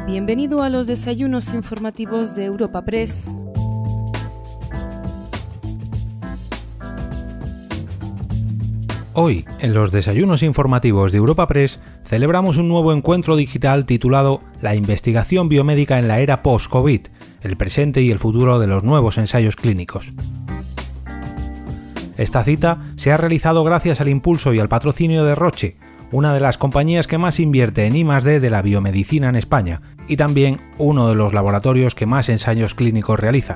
Bienvenido a los desayunos informativos de Europa Press. Hoy, en los desayunos informativos de Europa Press, celebramos un nuevo encuentro digital titulado La investigación biomédica en la era post-COVID, el presente y el futuro de los nuevos ensayos clínicos. Esta cita se ha realizado gracias al impulso y al patrocinio de Roche, una de las compañías que más invierte en I+D de la biomedicina en España, y también uno de los laboratorios que más ensayos clínicos realiza.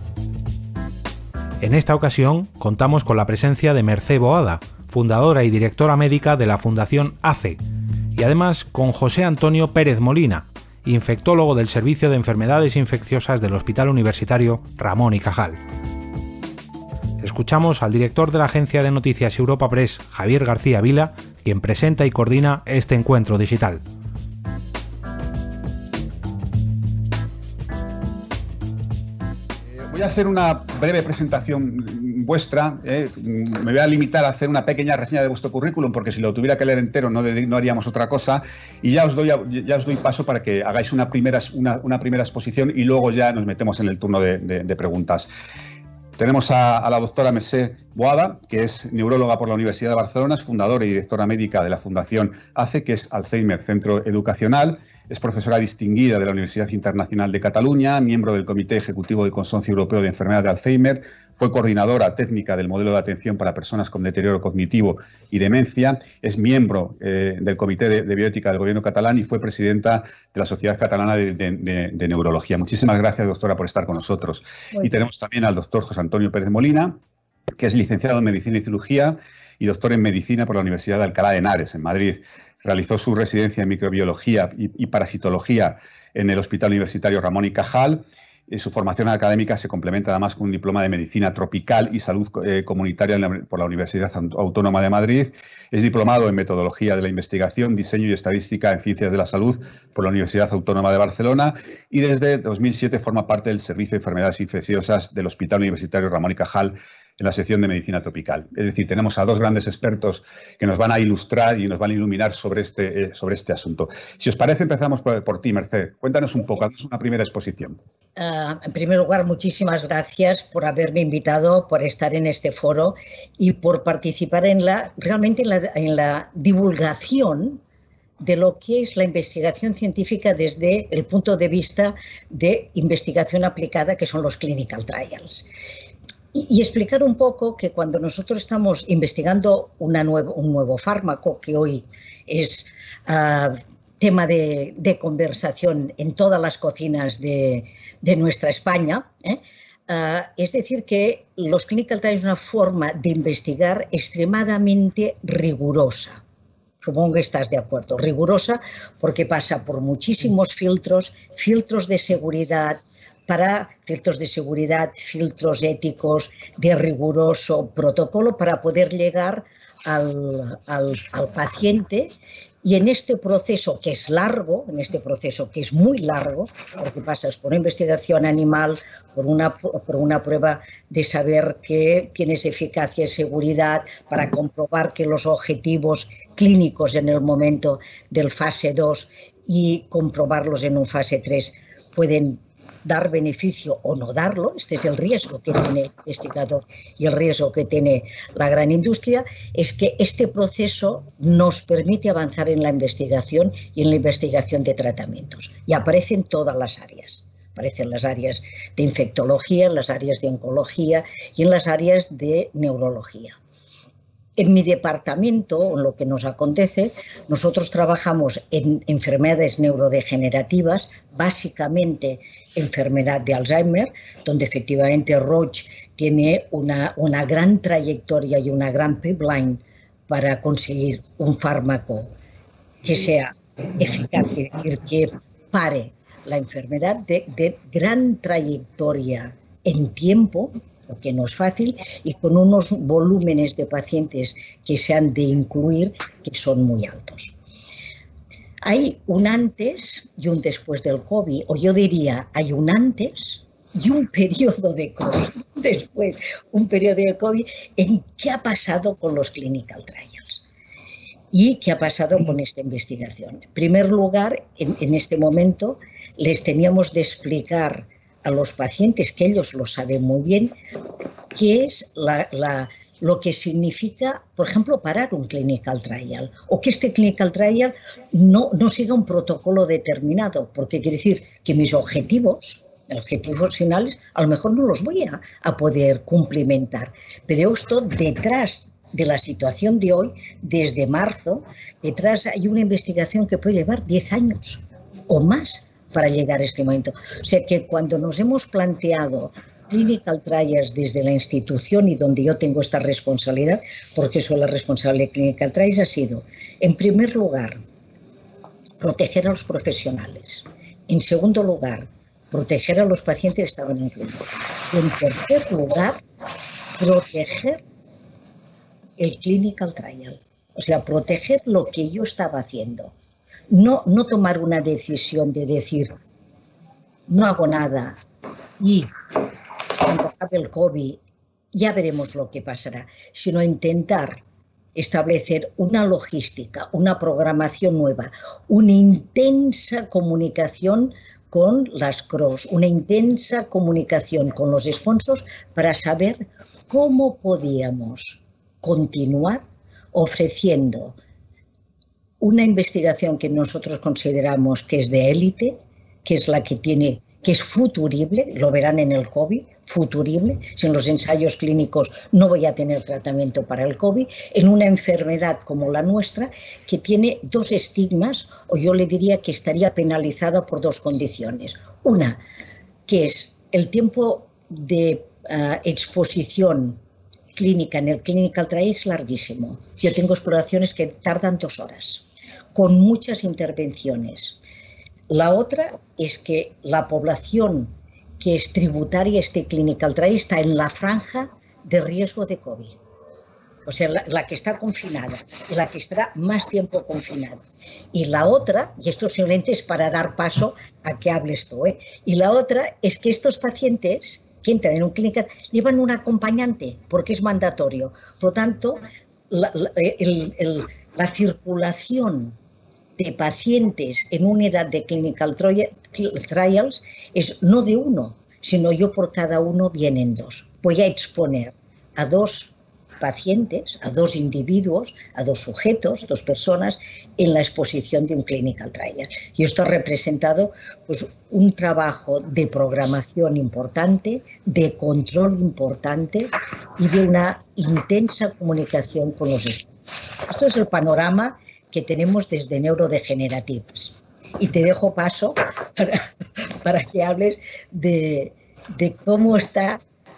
En esta ocasión contamos con la presencia de Mercé Boada, fundadora y directora médica de la Fundación ACE, y además con José Antonio Pérez Molina, infectólogo del Servicio de Enfermedades Infecciosas del Hospital Universitario Ramón y Cajal. Escuchamos al director de la agencia de noticias Europa Press, Javier García Vila, quien presenta y coordina este encuentro digital. Voy a hacer una breve presentación vuestra. Me voy a limitar a hacer una pequeña reseña de vuestro currículum, porque si lo tuviera que leer entero no haríamos otra cosa. Y ya os doy paso para que hagáis una primera exposición y luego ya nos metemos en el turno de preguntas. Tenemos a la doctora Mercé Boada, que es neuróloga por la Universidad de Barcelona, es fundadora y directora médica de la Fundación ACE, que es Alzheimer Centro Educacional. Es profesora distinguida de la Universidad Internacional de Cataluña, miembro del Comité Ejecutivo del Consorcio Europeo de Enfermedad de Alzheimer, fue coordinadora técnica del modelo de atención para personas con deterioro cognitivo y demencia, es miembro del Comité de Bioética del Gobierno catalán y fue presidenta de la Sociedad Catalana de Neurología. Muchísimas gracias, doctora, por estar con nosotros. Y tenemos también al doctor José Antonio Pérez Molina, que es licenciado en Medicina y Cirugía y doctor en Medicina por la Universidad de Alcalá de Henares, en Madrid. Realizó su residencia en microbiología y parasitología en el Hospital Universitario Ramón y Cajal. Su formación académica se complementa además con un diploma de Medicina Tropical y Salud Comunitaria por la Universidad Autónoma de Madrid. Es diplomado en Metodología de la Investigación, Diseño y Estadística en Ciencias de la Salud por la Universidad Autónoma de Barcelona y desde 2007 forma parte del Servicio de Enfermedades Infecciosas del Hospital Universitario Ramón y Cajal en la sección de Medicina Tropical. Es decir, tenemos a dos grandes expertos que nos van a ilustrar y nos van a iluminar sobre este asunto. Si os parece, empezamos por ti, Mercé. Cuéntanos un poco, haznos una primera exposición. En primer lugar, muchísimas gracias por haberme invitado, por estar en este foro y por participar en la divulgación de lo que es la investigación científica desde el punto de vista de investigación aplicada, que son los clinical trials. Y explicar un poco que cuando nosotros estamos investigando un nuevo fármaco, que hoy es tema de conversación en todas las cocinas de nuestra España, es decir, que los clinical trials es una forma de investigar extremadamente rigurosa. Supongo que estás de acuerdo. Rigurosa porque pasa por muchísimos filtros de seguridad, filtros éticos, de riguroso protocolo para poder llegar al paciente. Y en este proceso que es largo, que es muy largo, porque pasas por una investigación animal, por una prueba de saber que tienes eficacia y seguridad, para comprobar que los objetivos clínicos en el momento del fase 2 y comprobarlos en un fase 3 pueden dar beneficio o no darlo. Este es el riesgo que tiene el investigador y el riesgo que tiene la gran industria, es que este proceso nos permite avanzar en la investigación y en la investigación de tratamientos. Y aparecen todas las áreas. Aparecen las áreas de infectología, las áreas de oncología y en las áreas de neurología. En mi departamento, en lo que nos acontece, nosotros trabajamos en enfermedades neurodegenerativas, básicamente enfermedad de Alzheimer, donde efectivamente Roche tiene una gran trayectoria y una gran pipeline para conseguir un fármaco que sea eficaz, es decir, que pare la enfermedad, de gran trayectoria en tiempo, porque no es fácil, y con unos volúmenes de pacientes que se han de incluir que son muy altos. Hay un antes y un después del COVID, o yo diría, hay un antes y un periodo de COVID, después un periodo de COVID, en qué ha pasado con los clinical trials y qué ha pasado con esta investigación. En primer lugar, en este momento, les teníamos de explicar a los pacientes, que ellos lo saben muy bien, qué es lo que significa, por ejemplo, parar un clinical trial, o que este clinical trial no siga un protocolo determinado, porque quiere decir que mis objetivos finales a lo mejor no los voy a poder cumplimentar. Pero esto detrás de la situación de hoy, desde marzo, detrás hay una investigación que puede llevar 10 años o más para llegar a este momento. O sea que cuando nos hemos planteado clinical trials desde la institución y donde yo tengo esta responsabilidad, porque soy la responsable de clinical trials, ha sido, en primer lugar, proteger a los profesionales. En segundo lugar, proteger a los pacientes que estaban en clínica. En tercer lugar, proteger el clinical trial. O sea, proteger lo que yo estaba haciendo. No tomar una decisión de decir, no hago nada y cuando acabe el COVID ya veremos lo que pasará, sino intentar establecer una logística, una programación nueva, una intensa comunicación con las CROs, una intensa comunicación con los sponsors para saber cómo podíamos continuar ofreciendo una investigación que nosotros consideramos que es de élite, que es la que es futurible, lo verán en el COVID, futurible. Si en los ensayos clínicos no voy a tener tratamiento para el COVID, en una enfermedad como la nuestra, que tiene dos estigmas, o yo le diría que estaría penalizada por dos condiciones. Una, que es el tiempo de exposición clínica en el clinical trial es larguísimo. Yo tengo exploraciones que tardan 2 horas, con muchas intervenciones. La otra es que la población que es tributaria este clinical trial está en la franja de riesgo de COVID. O sea, la que está confinada, la que estará más tiempo confinada. Y la otra, y esto simplemente es para dar paso a que hables tú, y la otra es que estos pacientes que entran en un clinical llevan un acompañante, porque es mandatorio. Por lo tanto, la circulación de pacientes en una edad de clinical trials es no de uno, sino yo por cada uno vienen 2. Voy a exponer a 2 pacientes, a 2 individuos, a 2 sujetos, 2 personas en la exposición de un clinical trial. Y esto ha representado pues, un trabajo de programación importante, de control importante y de una intensa comunicación con los expertos. Esto es el panorama que tenemos desde neurodegenerativas. Y te dejo paso para que hables de cómo está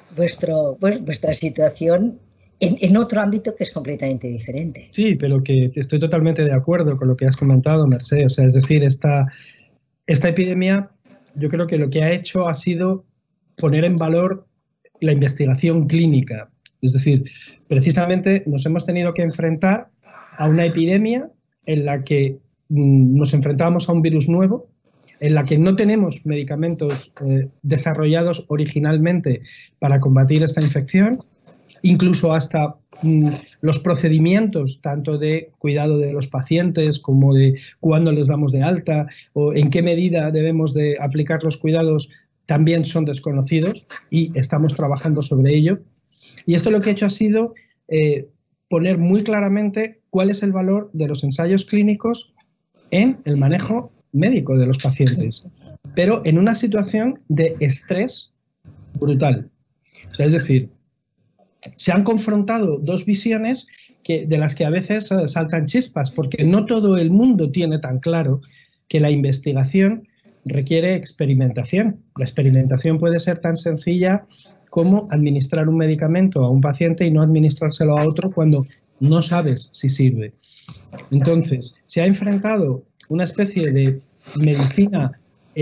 vuestra situación en otro ámbito que es completamente diferente. Sí, pero que estoy totalmente de acuerdo con lo que has comentado, Mercè. O sea, es decir, esta epidemia, yo creo que lo que ha hecho ha sido poner en valor la investigación clínica. Es decir, precisamente nos hemos tenido que enfrentar a una epidemia en la que nos enfrentamos a un virus nuevo, en la que no tenemos medicamentos desarrollados originalmente para combatir esta infección, incluso hasta los procedimientos, tanto de cuidado de los pacientes como de cuándo les damos de alta o en qué medida debemos de aplicar los cuidados, también son desconocidos y estamos trabajando sobre ello. Y esto lo que ha hecho ha sido poner muy claramente cuál es el valor de los ensayos clínicos en el manejo médico de los pacientes, pero en una situación de estrés brutal. O sea, es decir, se han confrontado 2 visiones de las que a veces saltan chispas, porque no todo el mundo tiene tan claro que la investigación requiere experimentación. La experimentación puede ser tan sencilla como administrar un medicamento a un paciente y no administrárselo a otro cuando no sabes si sirve. Entonces, se ha enfrentado una especie de medicina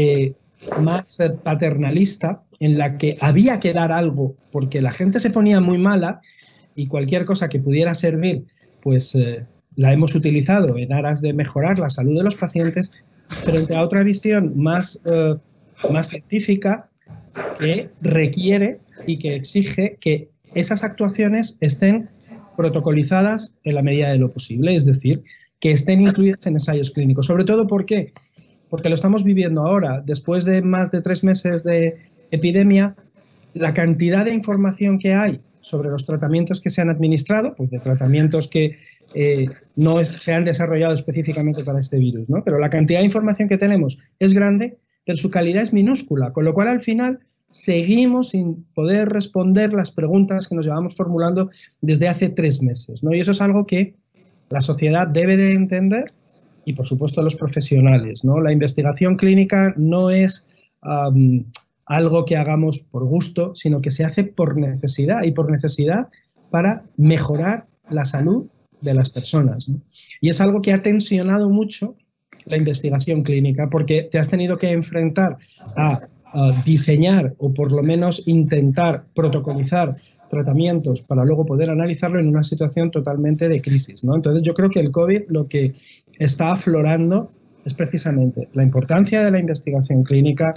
más paternalista en la que había que dar algo porque la gente se ponía muy mala y cualquier cosa que pudiera servir, pues la hemos utilizado en aras de mejorar la salud de los pacientes, frente a otra visión más científica que requiere y que exige que esas actuaciones estén protocolizadas en la medida de lo posible, es decir, que estén incluidas en ensayos clínicos. Sobre todo, ¿por qué? porque lo estamos viviendo ahora. Después de más de 3 meses de epidemia, la cantidad de información que hay sobre los tratamientos que se han administrado, pues de tratamientos que no se han desarrollado específicamente para este virus, ¿no? Pero la cantidad de información que tenemos es grande, pero su calidad es minúscula, con lo cual al final seguimos sin poder responder las preguntas que nos llevamos formulando desde hace 3 meses, ¿no? Y eso es algo que la sociedad debe de entender y, por supuesto, los profesionales, ¿no? La investigación clínica no es algo que hagamos por gusto, sino que se hace por necesidad, y por necesidad para mejorar la salud de las personas, ¿no? Y es algo que ha tensionado mucho la investigación clínica, porque te has tenido que enfrentar a diseñar o por lo menos intentar protocolizar tratamientos para luego poder analizarlo en una situación totalmente de crisis, ¿no? Entonces yo creo que el COVID lo que está aflorando es precisamente la importancia de la investigación clínica,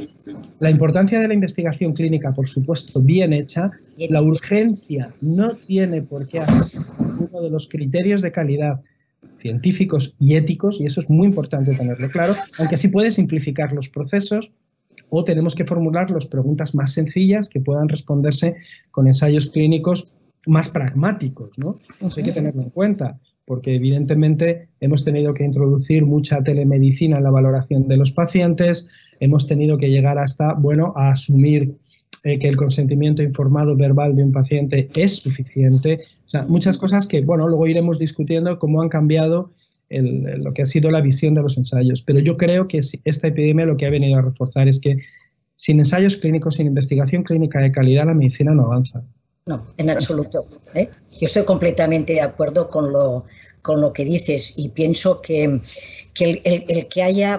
por supuesto, bien hecha. La urgencia no tiene por qué hacer uno de los criterios de calidad científicos y éticos, y eso es muy importante tenerlo claro, aunque sí puede simplificar los procesos, o tenemos que formular las preguntas más sencillas que puedan responderse con ensayos clínicos más pragmáticos, ¿no? Eso hay que tenerlo en cuenta, porque evidentemente hemos tenido que introducir mucha telemedicina en la valoración de los pacientes, hemos tenido que llegar hasta, bueno, a asumir que el consentimiento informado verbal de un paciente es suficiente. O sea, muchas cosas que, bueno, luego iremos discutiendo cómo han cambiado lo que ha sido la visión de los ensayos. Pero yo creo que esta epidemia lo que ha venido a reforzar es que sin ensayos clínicos, sin investigación clínica de calidad, la medicina no avanza. No, en absoluto, ¿eh? Yo estoy completamente de acuerdo con lo que dices, y pienso que el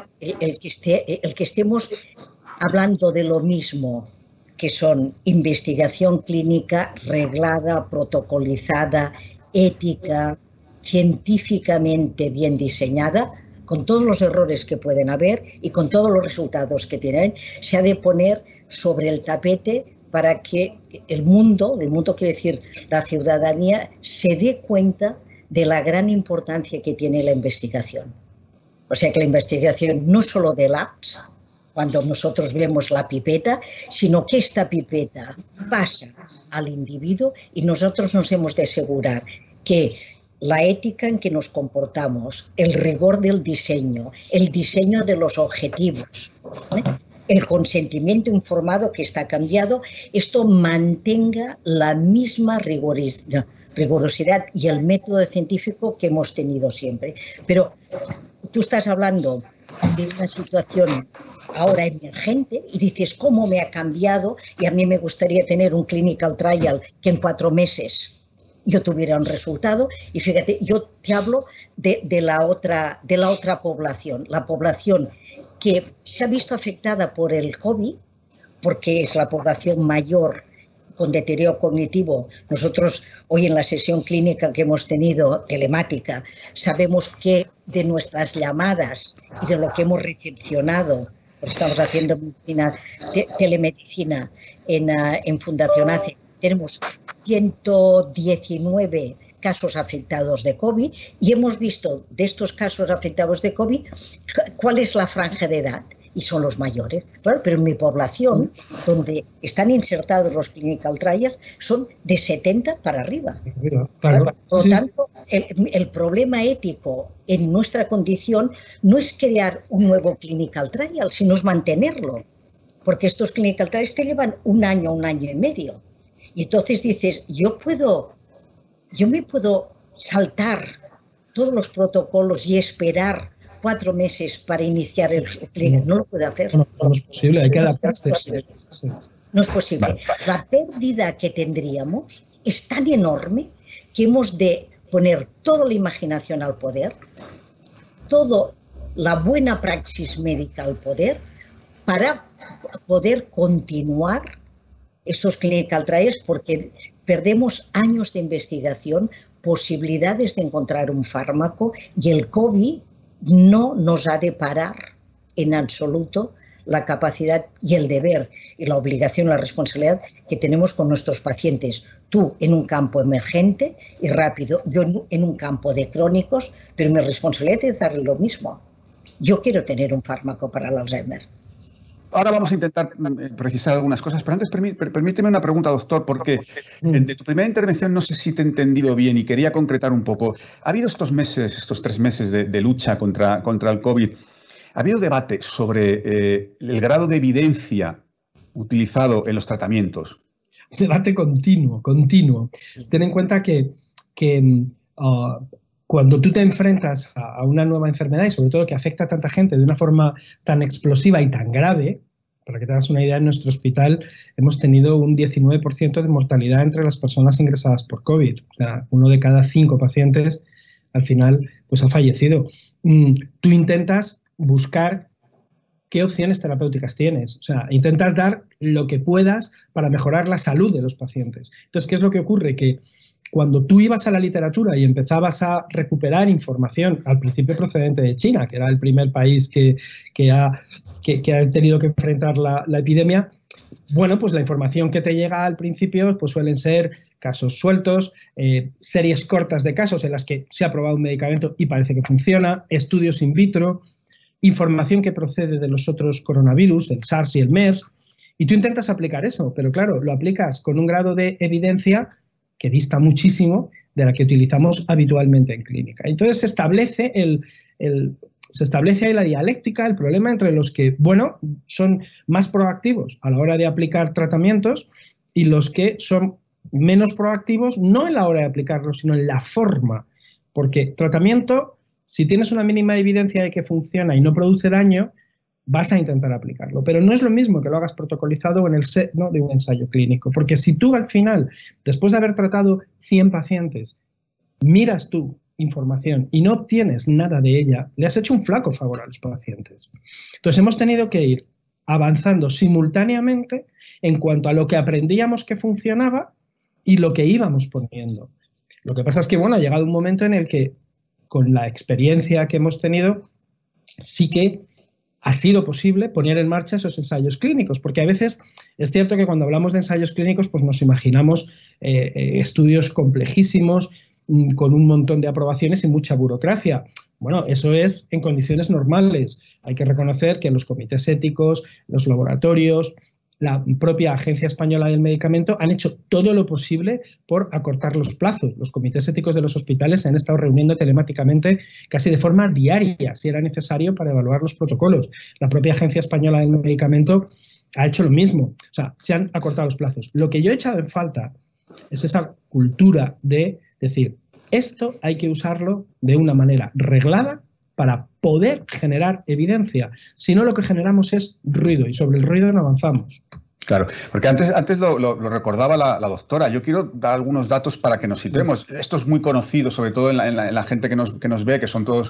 que estemos hablando de lo mismo, que son investigación clínica reglada, protocolizada, ética, científicamente bien diseñada, con todos los errores que pueden haber y con todos los resultados que tienen, se ha de poner sobre el tapete para que el mundo quiere decir la ciudadanía, se dé cuenta de la gran importancia que tiene la investigación. O sea, que la investigación no solo de labs, cuando nosotros vemos la pipeta, sino que esta pipeta pasa al individuo, y nosotros nos hemos de asegurar que la ética en que nos comportamos, el rigor del diseño, el diseño de los objetivos, el consentimiento informado que está cambiado, esto mantenga la misma rigurosidad y el método científico que hemos tenido siempre. Pero tú estás hablando de una situación ahora emergente y dices, ¿cómo me ha cambiado? Y a mí me gustaría tener un clinical trial que en 4 meses yo tuviera un resultado. Y fíjate, yo te hablo de la otra población, la población que se ha visto afectada por el COVID, porque es la población mayor con deterioro cognitivo. Nosotros hoy en la sesión clínica que hemos tenido telemática, sabemos que de nuestras llamadas y de lo que hemos recepcionado, porque estamos haciendo telemedicina en Fundación ACE, tenemos 119 casos afectados de COVID, y hemos visto de estos casos afectados de COVID cuál es la franja de edad, y son los mayores. Claro, pero en mi población, donde están insertados los clinical trials, son de 70 para arriba. Claro. Por lo tanto, el problema ético en nuestra condición no es crear un nuevo clinical trial, sino es mantenerlo, porque estos clinical trials te llevan un año y medio. Y entonces dices, yo me puedo saltar todos los protocolos y esperar 4 meses para iniciar el clínico. No lo puedo hacer. No es posible, hay que adaptarse. No es posible. La pérdida que tendríamos es tan enorme que hemos de poner toda la imaginación al poder, toda la buena praxis médica al poder, para poder continuar estos clinical trials, porque perdemos años de investigación, posibilidades de encontrar un fármaco, y el COVID no nos ha de parar en absoluto la capacidad y el deber y la obligación, la responsabilidad que tenemos con nuestros pacientes. Tú en un campo emergente y rápido, yo en un campo de crónicos, pero mi responsabilidad es darle lo mismo. Yo quiero tener un fármaco para el Alzheimer. Ahora vamos a intentar precisar algunas cosas, pero antes permíteme una pregunta, doctor, porque de tu primera intervención no sé si te he entendido bien y quería concretar un poco. Ha habido estos 3 meses de lucha contra el COVID, ha habido debate sobre el grado de evidencia utilizado en los tratamientos. Debate continuo. Ten en cuenta que cuando tú te enfrentas a una nueva enfermedad y sobre todo que afecta a tanta gente de una forma tan explosiva y tan grave, para que te hagas una idea, en nuestro hospital hemos tenido un 19% de mortalidad entre las personas ingresadas por COVID. O sea, 1 de cada 5 pacientes al final pues ha fallecido. Tú intentas buscar qué opciones terapéuticas tienes. O sea, intentas dar lo que puedas para mejorar la salud de los pacientes. Entonces, ¿qué es lo que ocurre? Que cuando tú ibas a la literatura y empezabas a recuperar información, al principio procedente de China, que era el primer país que ha tenido que enfrentar la epidemia, bueno, pues la información que te llega al principio pues suelen ser casos sueltos, series cortas de casos en las que se ha probado un medicamento y parece que funciona, estudios in vitro, información que procede de los otros coronavirus, el SARS y el MERS, y tú intentas aplicar eso, pero claro, lo aplicas con un grado de evidencia que dista muchísimo de la que utilizamos habitualmente en clínica. Entonces se establece ahí la dialéctica, el problema entre los que, bueno, son más proactivos a la hora de aplicar tratamientos y los que son menos proactivos, no en la hora de aplicarlos, sino en la forma. Porque tratamiento, si tienes una mínima evidencia de que funciona y no produce daño, vas a intentar aplicarlo. Pero no es lo mismo que lo hagas protocolizado o en el seno de un ensayo clínico. Porque si tú al final, después de haber tratado 100 pacientes, miras tu información y no obtienes nada de ella, le has hecho un flaco favor a los pacientes. Entonces hemos tenido que ir avanzando simultáneamente en cuanto a lo que aprendíamos que funcionaba y lo que íbamos poniendo. Lo que pasa es que, bueno, ha llegado un momento en el que, con la experiencia que hemos tenido, sí que ha sido posible poner en marcha esos ensayos clínicos, porque a veces es cierto que cuando hablamos de ensayos clínicos pues nos imaginamos estudios complejísimos, con un montón de aprobaciones y mucha burocracia. Bueno, eso es en condiciones normales. Hay que reconocer que los comités éticos, los laboratorios, la propia Agencia Española del Medicamento han hecho todo lo posible por acortar los plazos. Los comités éticos de los hospitales se han estado reuniendo telemáticamente casi de forma diaria, si era necesario, para evaluar los protocolos. La propia Agencia Española del Medicamento ha hecho lo mismo. O sea, se han acortado los plazos. Lo que yo he echado en falta es esa cultura de decir, esto hay que usarlo de una manera reglada para poder generar evidencia. Si no, lo que generamos es ruido y sobre el ruido no avanzamos. Claro, porque antes lo recordaba la doctora. Yo quiero dar algunos datos para que nos situemos. Esto es muy conocido, sobre todo en la gente que nos ve, que son todos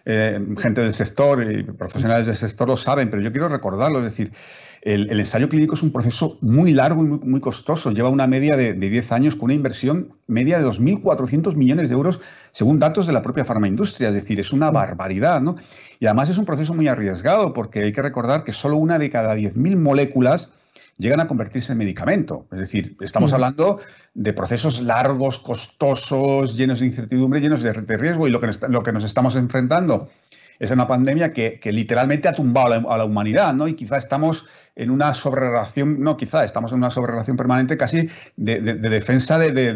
gente del sector y profesionales del sector lo saben, pero yo quiero recordarlo. Es decir, el ensayo clínico es un proceso muy largo y muy costoso. Lleva una media de 10 años con una inversión media de 2.400 millones de euros, según datos de la propia farmaindustria. Es decir, es una barbaridad, ¿no? Y además es un proceso muy arriesgado, porque hay que recordar que solo 1 de cada 10.000 moléculas llegan a convertirse en medicamento. Es decir, estamos hablando de procesos largos, costosos, llenos de incertidumbre, llenos de riesgo, y lo que nos estamos enfrentando es una pandemia que literalmente ha tumbado a la humanidad, ¿no? Y quizá estamos en una sobrerreacción, estamos en una sobrerreacción permanente casi de defensa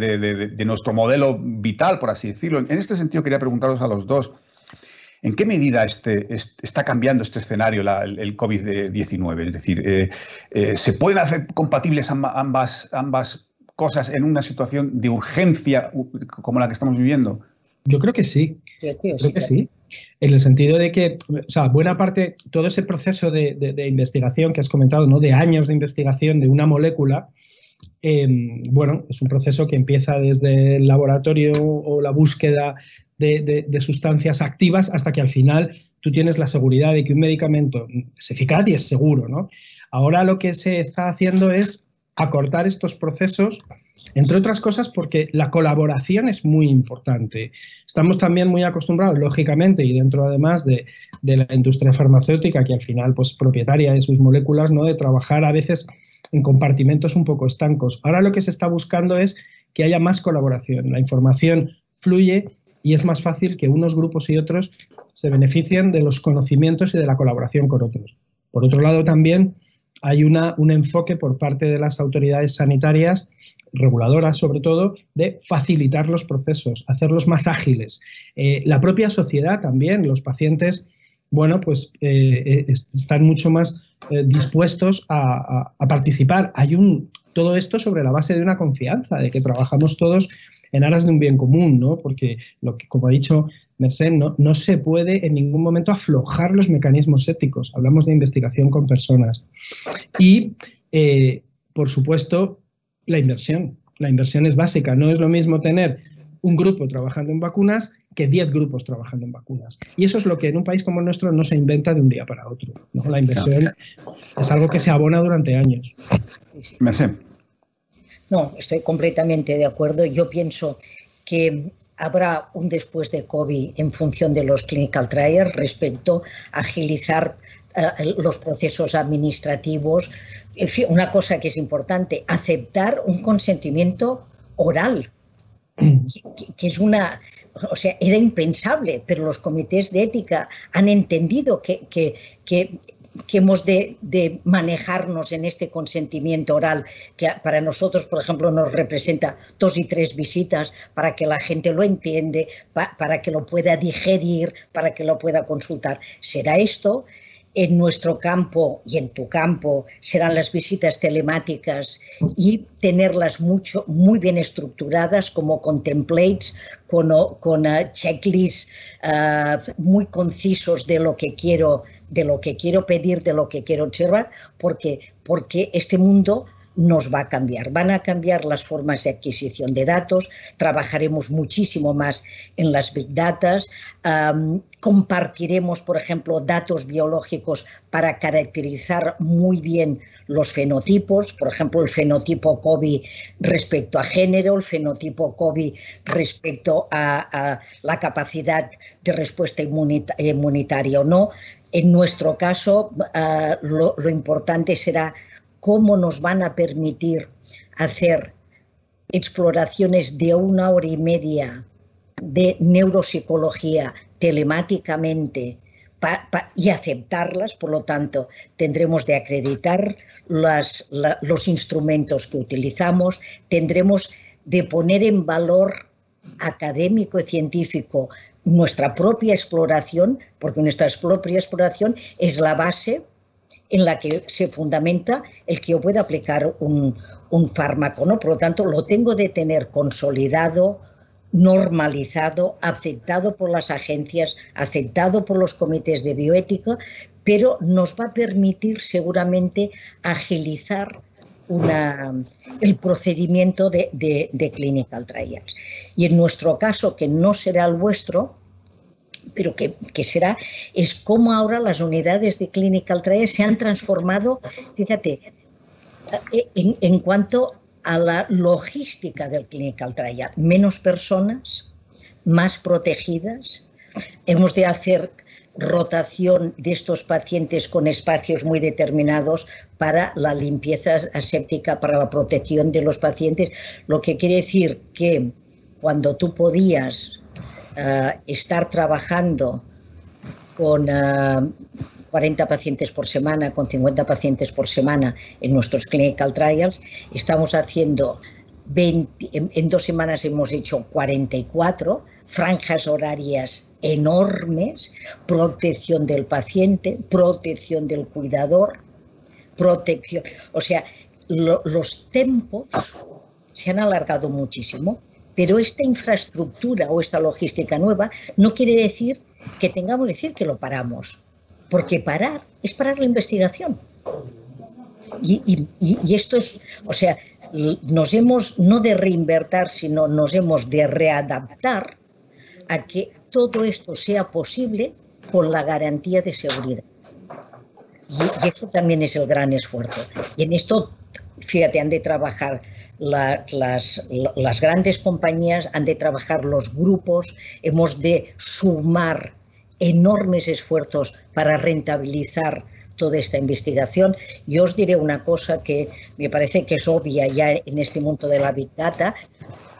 de nuestro modelo vital, por así decirlo. En este sentido, quería preguntaros a los dos, ¿en qué medida está cambiando este escenario, el COVID-19? Es decir, ¿se pueden hacer compatibles ambas cosas en una situación de urgencia como la que estamos viviendo? Yo creo que sí. Creo que sí. En el sentido de que, o sea, buena parte, todo ese proceso de investigación que has comentado, ¿no? De años de investigación de una molécula, bueno, es un proceso que empieza desde el laboratorio o la búsqueda de sustancias activas hasta que al final tú tienes la seguridad de que un medicamento es eficaz y es seguro, ¿no? Ahora lo que se está haciendo es acortar estos procesos, entre otras cosas porque la colaboración es muy importante. Estamos también muy acostumbrados, lógicamente, y dentro además de la industria farmacéutica, que al final pues propietaria de sus moléculas, ¿no? De trabajar a veces en compartimentos un poco estancos. Ahora lo que se está buscando es que haya más colaboración. La información fluye y es más fácil que unos grupos y otros se beneficien de los conocimientos y de la colaboración con otros. Por otro lado, también hay un enfoque por parte de las autoridades sanitarias, reguladoras sobre todo, de facilitar los procesos, hacerlos más ágiles. La propia sociedad también, los pacientes, bueno, pues están mucho más dispuestos a participar. Todo esto sobre la base de una confianza, de que trabajamos todos en aras de un bien común, ¿no? Porque, como ha dicho Mercè, no se puede en ningún momento aflojar los mecanismos éticos. Hablamos de investigación con personas. Y, por supuesto, la inversión. La inversión es básica. No es lo mismo tener un grupo trabajando en vacunas que 10 grupos trabajando en vacunas. Y eso es lo que en un país como el nuestro no se inventa de un día para otro, ¿no? La inversión es algo que se abona durante años. Mercè. No, estoy completamente de acuerdo. Yo pienso que habrá un después de COVID en función de los clinical trials respecto a agilizar los procesos administrativos. En fin, una cosa que es importante, aceptar un consentimiento oral, que es una... O sea, era impensable, pero los comités de ética han entendido que hemos de manejarnos en este consentimiento oral, que para nosotros, por ejemplo, nos representa 2 y 3 visitas para que la gente lo entiende, para que lo pueda digerir, para que lo pueda consultar. ¿Será esto? En nuestro campo y en tu campo serán las visitas telemáticas y tenerlas muy bien estructuradas como con templates, con checklists muy concisos de lo que quiero pedir, de lo que quiero observar, porque este mundo nos va a cambiar. Van a cambiar las formas de adquisición de datos, trabajaremos muchísimo más en las big data, compartiremos, por ejemplo, datos biológicos para caracterizar muy bien los fenotipos, por ejemplo, el fenotipo COVID respecto a género, el fenotipo COVID respecto a la capacidad de respuesta inmunitaria o no. En nuestro caso, lo importante será cómo nos van a permitir hacer exploraciones de 1 hora y media de neuropsicología telemáticamente y aceptarlas. Por lo tanto, tendremos de acreditar los instrumentos que utilizamos, tendremos de poner en valor académico y científico nuestra propia exploración, porque nuestra propia exploración es la base en la que se fundamenta el que yo pueda aplicar un fármaco, ¿no? Por lo tanto, lo tengo de tener consolidado, normalizado, aceptado por las agencias, aceptado por los comités de bioética, pero nos va a permitir seguramente agilizar el procedimiento de clinical trials. Y en nuestro caso, que no será el vuestro, pero que será, es cómo ahora las unidades de clinical trials se han transformado, fíjate, en cuanto a la logística del clinical trial. Menos personas, más protegidas, hemos de hacer rotación de estos pacientes con espacios muy determinados para la limpieza aséptica, para la protección de los pacientes, lo que quiere decir que cuando tú podías estar trabajando con 40 pacientes por semana, con 50 pacientes por semana en nuestros clinical trials, estamos haciendo en 2 semanas hemos hecho 44, franjas horarias enormes, protección del paciente, protección del cuidador, protección, o sea, los tiempos se han alargado muchísimo. Pero esta infraestructura o esta logística nueva no quiere decir que tengamos que decir que lo paramos, porque parar es parar la investigación. Y esto es, o sea, nos hemos no de reinvertir, sino nos hemos de readaptar a que todo esto sea posible con la garantía de seguridad. Y eso también es el gran esfuerzo. Y en esto, fíjate, han de trabajar las grandes compañías, han de trabajar los grupos, hemos de sumar enormes esfuerzos para rentabilizar toda esta investigación. Yo os diré una cosa que me parece que es obvia ya en este mundo de la Big Data.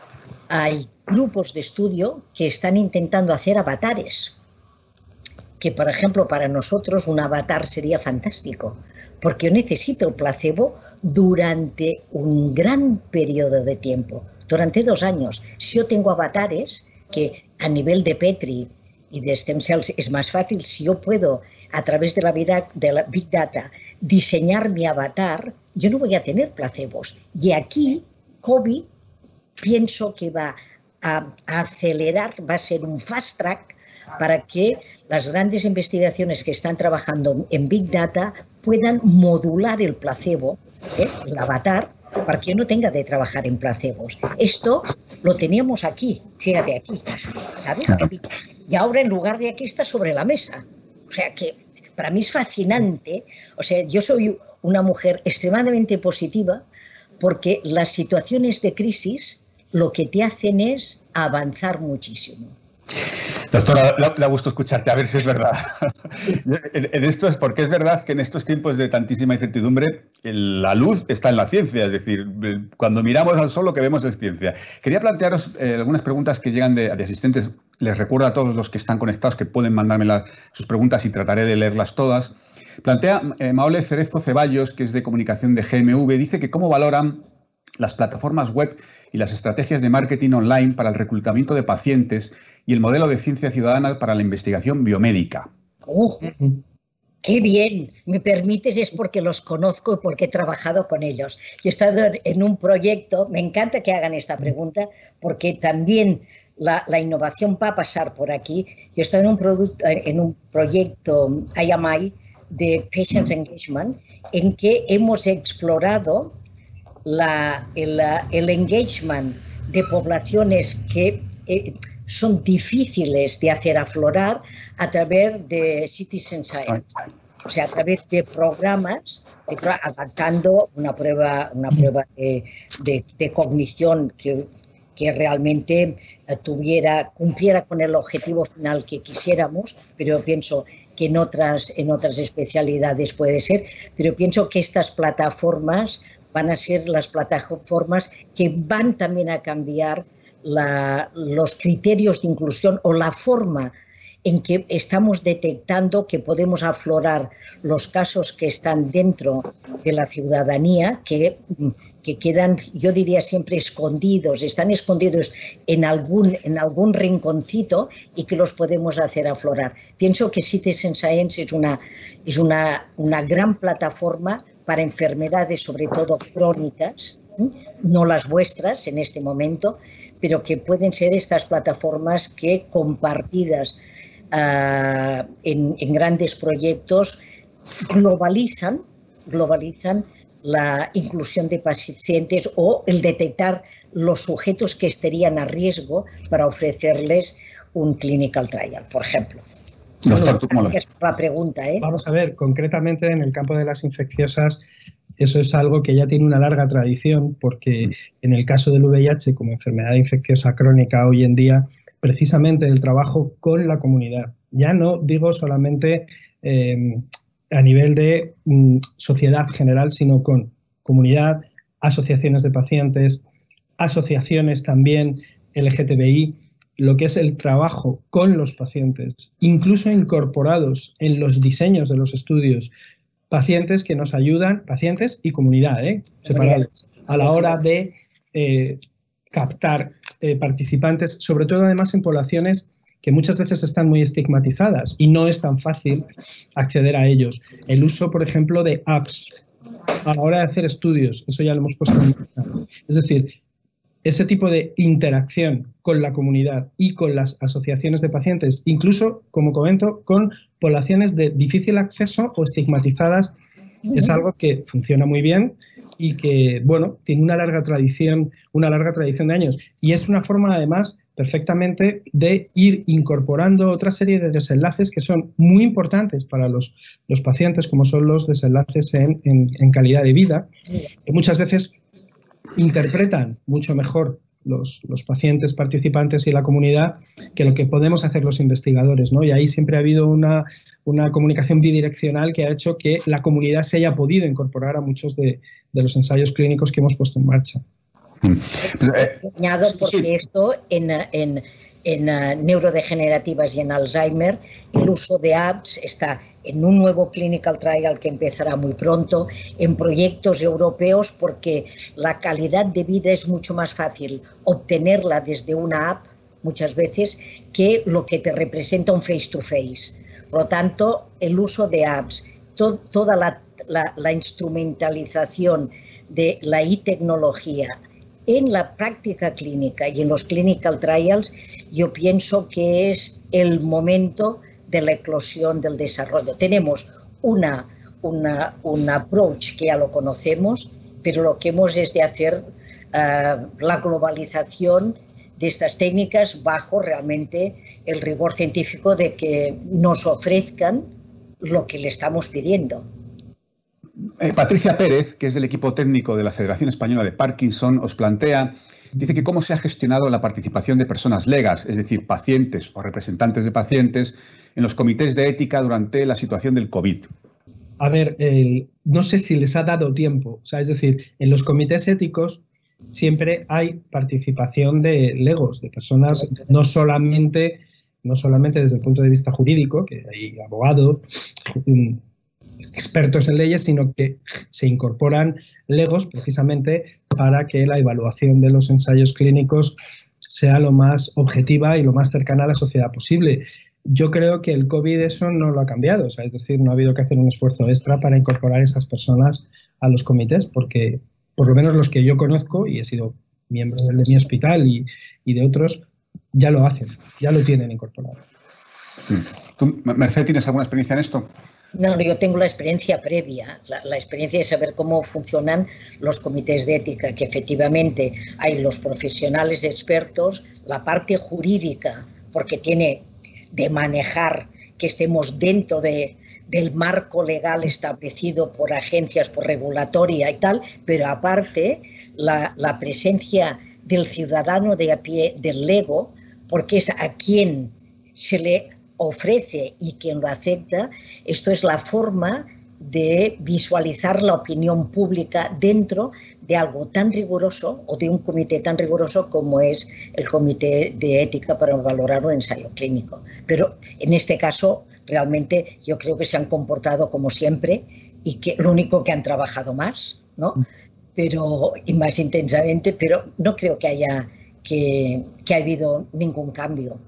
hay grupos de estudio que están intentando hacer avatares, que por ejemplo para nosotros un avatar sería fantástico, porque yo necesito el placebo durante un gran periodo de tiempo, durante 2 años. Si yo tengo avatares, que a nivel de Petri y de stem cells es más fácil, si yo puedo a través de la Big Data diseñar mi avatar, yo no voy a tener placebos. Y aquí COVID pienso que va a acelerar, va a ser un fast track para que las grandes investigaciones que están trabajando en Big Data puedan modular el placebo, el avatar, para que yo no tenga de trabajar en placebos. Esto lo teníamos aquí, fíjate aquí, ¿sabes? Y ahora en lugar de aquí está sobre la mesa. O sea que para mí es fascinante. O sea, yo soy una mujer extremadamente positiva porque las situaciones de crisis lo que te hacen es avanzar muchísimo. Doctora, le gusto escucharte, a ver si es verdad. En esto es porque es verdad que en estos tiempos de tantísima incertidumbre la luz está en la ciencia, es decir, cuando miramos al sol lo que vemos es ciencia. Quería plantearos algunas preguntas que llegan de asistentes. Les recuerdo a todos los que están conectados que pueden mandarme sus preguntas y trataré de leerlas todas. Plantea Maole Cerezo Ceballos, que es de comunicación de GMV, dice que cómo valoran las plataformas web y las estrategias de marketing online para el reclutamiento de pacientes y el modelo de ciencia ciudadana para la investigación biomédica. ¡Qué bien! Me permites, es porque los conozco y porque he trabajado con ellos. Yo he estado en un proyecto, me encanta que hagan esta pregunta, porque también la innovación va a pasar por aquí. Yo he estado en un proyecto IMI de Patients Engagement, en que hemos explorado el engagement de poblaciones que son difíciles de hacer aflorar a través de Citizen Science, o sea, a través de programas, adaptando una prueba de cognición que realmente cumpliera con el objetivo final que quisiéramos, pero yo pienso que en otras especialidades puede ser, pero pienso que estas plataformas van a ser las plataformas que van también a cambiar los criterios de inclusión o la forma en que estamos detectando que podemos aflorar los casos que están dentro de la ciudadanía, que quedan, yo diría siempre, están escondidos en algún rinconcito y que los podemos hacer aflorar. Pienso que Citizen Science es una gran plataforma para enfermedades, sobre todo crónicas, no las vuestras en este momento, pero que pueden ser estas plataformas que compartidas en grandes proyectos globalizan la inclusión de pacientes o el detectar los sujetos que estarían a riesgo para ofrecerles un clinical trial, por ejemplo. Doctor, ¿tú cómo lo ves? La pregunta, ¿eh? Vamos a ver, concretamente en el campo de las infecciosas, eso es algo que ya tiene una larga tradición, porque en el caso del VIH como enfermedad infecciosa crónica hoy en día, precisamente el trabajo con la comunidad, ya no digo solamente a nivel de sociedad general, sino con comunidad, asociaciones de pacientes, asociaciones también LGTBI, lo que es el trabajo con los pacientes, incluso incorporados en los diseños de los estudios, pacientes que nos ayudan, pacientes y comunidad, separados, a la hora de captar participantes, sobre todo además en poblaciones que muchas veces están muy estigmatizadas y no es tan fácil acceder a ellos. El uso, por ejemplo, de apps a la hora de hacer estudios, eso ya lo hemos puesto en marcha. Es decir, ese tipo de interacción con la comunidad y con las asociaciones de pacientes, incluso, como comento, con poblaciones de difícil acceso o estigmatizadas, es algo que funciona muy bien y que, bueno, tiene una larga tradición de años. Y es una forma, además, perfectamente de ir incorporando otra serie de desenlaces que son muy importantes para los pacientes, como son los desenlaces en calidad de vida, que muchas veces interpretan mucho mejor los pacientes participantes y la comunidad que lo que podemos hacer los investigadores, ¿no? Y ahí siempre ha habido una comunicación bidireccional que ha hecho que la comunidad se haya podido incorporar a muchos de los ensayos clínicos que hemos puesto en marcha. Añado porque esto en neurodegenerativas y en Alzheimer, el uso de apps está en un nuevo clinical trial que empezará muy pronto, en proyectos europeos, porque la calidad de vida es mucho más fácil obtenerla desde una app muchas veces que lo que te representa un face-to-face. Por lo tanto, el uso de apps, toda la instrumentalización de la e-tecnología en la práctica clínica y en los clinical trials, yo pienso que es el momento de la eclosión del desarrollo. Tenemos un approach que ya lo conocemos, pero lo que hemos es de hacer la globalización de estas técnicas bajo realmente el rigor científico de que nos ofrezcan lo que le estamos pidiendo. Patricia Pérez, que es del equipo técnico de la Federación Española de Parkinson, os plantea, dice que cómo se ha gestionado la participación de personas legas, es decir, pacientes o representantes de pacientes, en los comités de ética durante la situación del COVID. A ver, no sé si les ha dado tiempo, o sea, es decir, en los comités éticos siempre hay participación de legos, de personas no solamente desde el punto de vista jurídico, que hay abogados, expertos en leyes, sino que se incorporan legos precisamente para que la evaluación de los ensayos clínicos sea lo más objetiva y lo más cercana a la sociedad posible. Yo creo que el COVID eso no lo ha cambiado, o sea, es decir, no ha habido que hacer un esfuerzo extra para incorporar a esas personas a los comités, porque por lo menos los que yo conozco, y he sido miembro de mi hospital y de otros, ya lo hacen, ya lo tienen incorporado. ¿Tú, Mercè, tienes alguna experiencia en esto? No, yo tengo la experiencia previa, la experiencia de saber cómo funcionan los comités de ética, que efectivamente hay los profesionales expertos, la parte jurídica, porque tiene de manejar que estemos dentro del marco legal establecido por agencias, por regulatoria y tal, pero aparte la presencia del ciudadano de a pie, del lego, porque es a quien se le ofrece y quien lo acepta. Esto es la forma de visualizar la opinión pública dentro de algo tan riguroso o de un comité tan riguroso como es el comité de ética para valorar un ensayo clínico. Pero en este caso realmente yo creo que se han comportado como siempre y que lo único que han trabajado más, ¿no? Pero, y más intensamente, pero no creo que haya habido ningún cambio.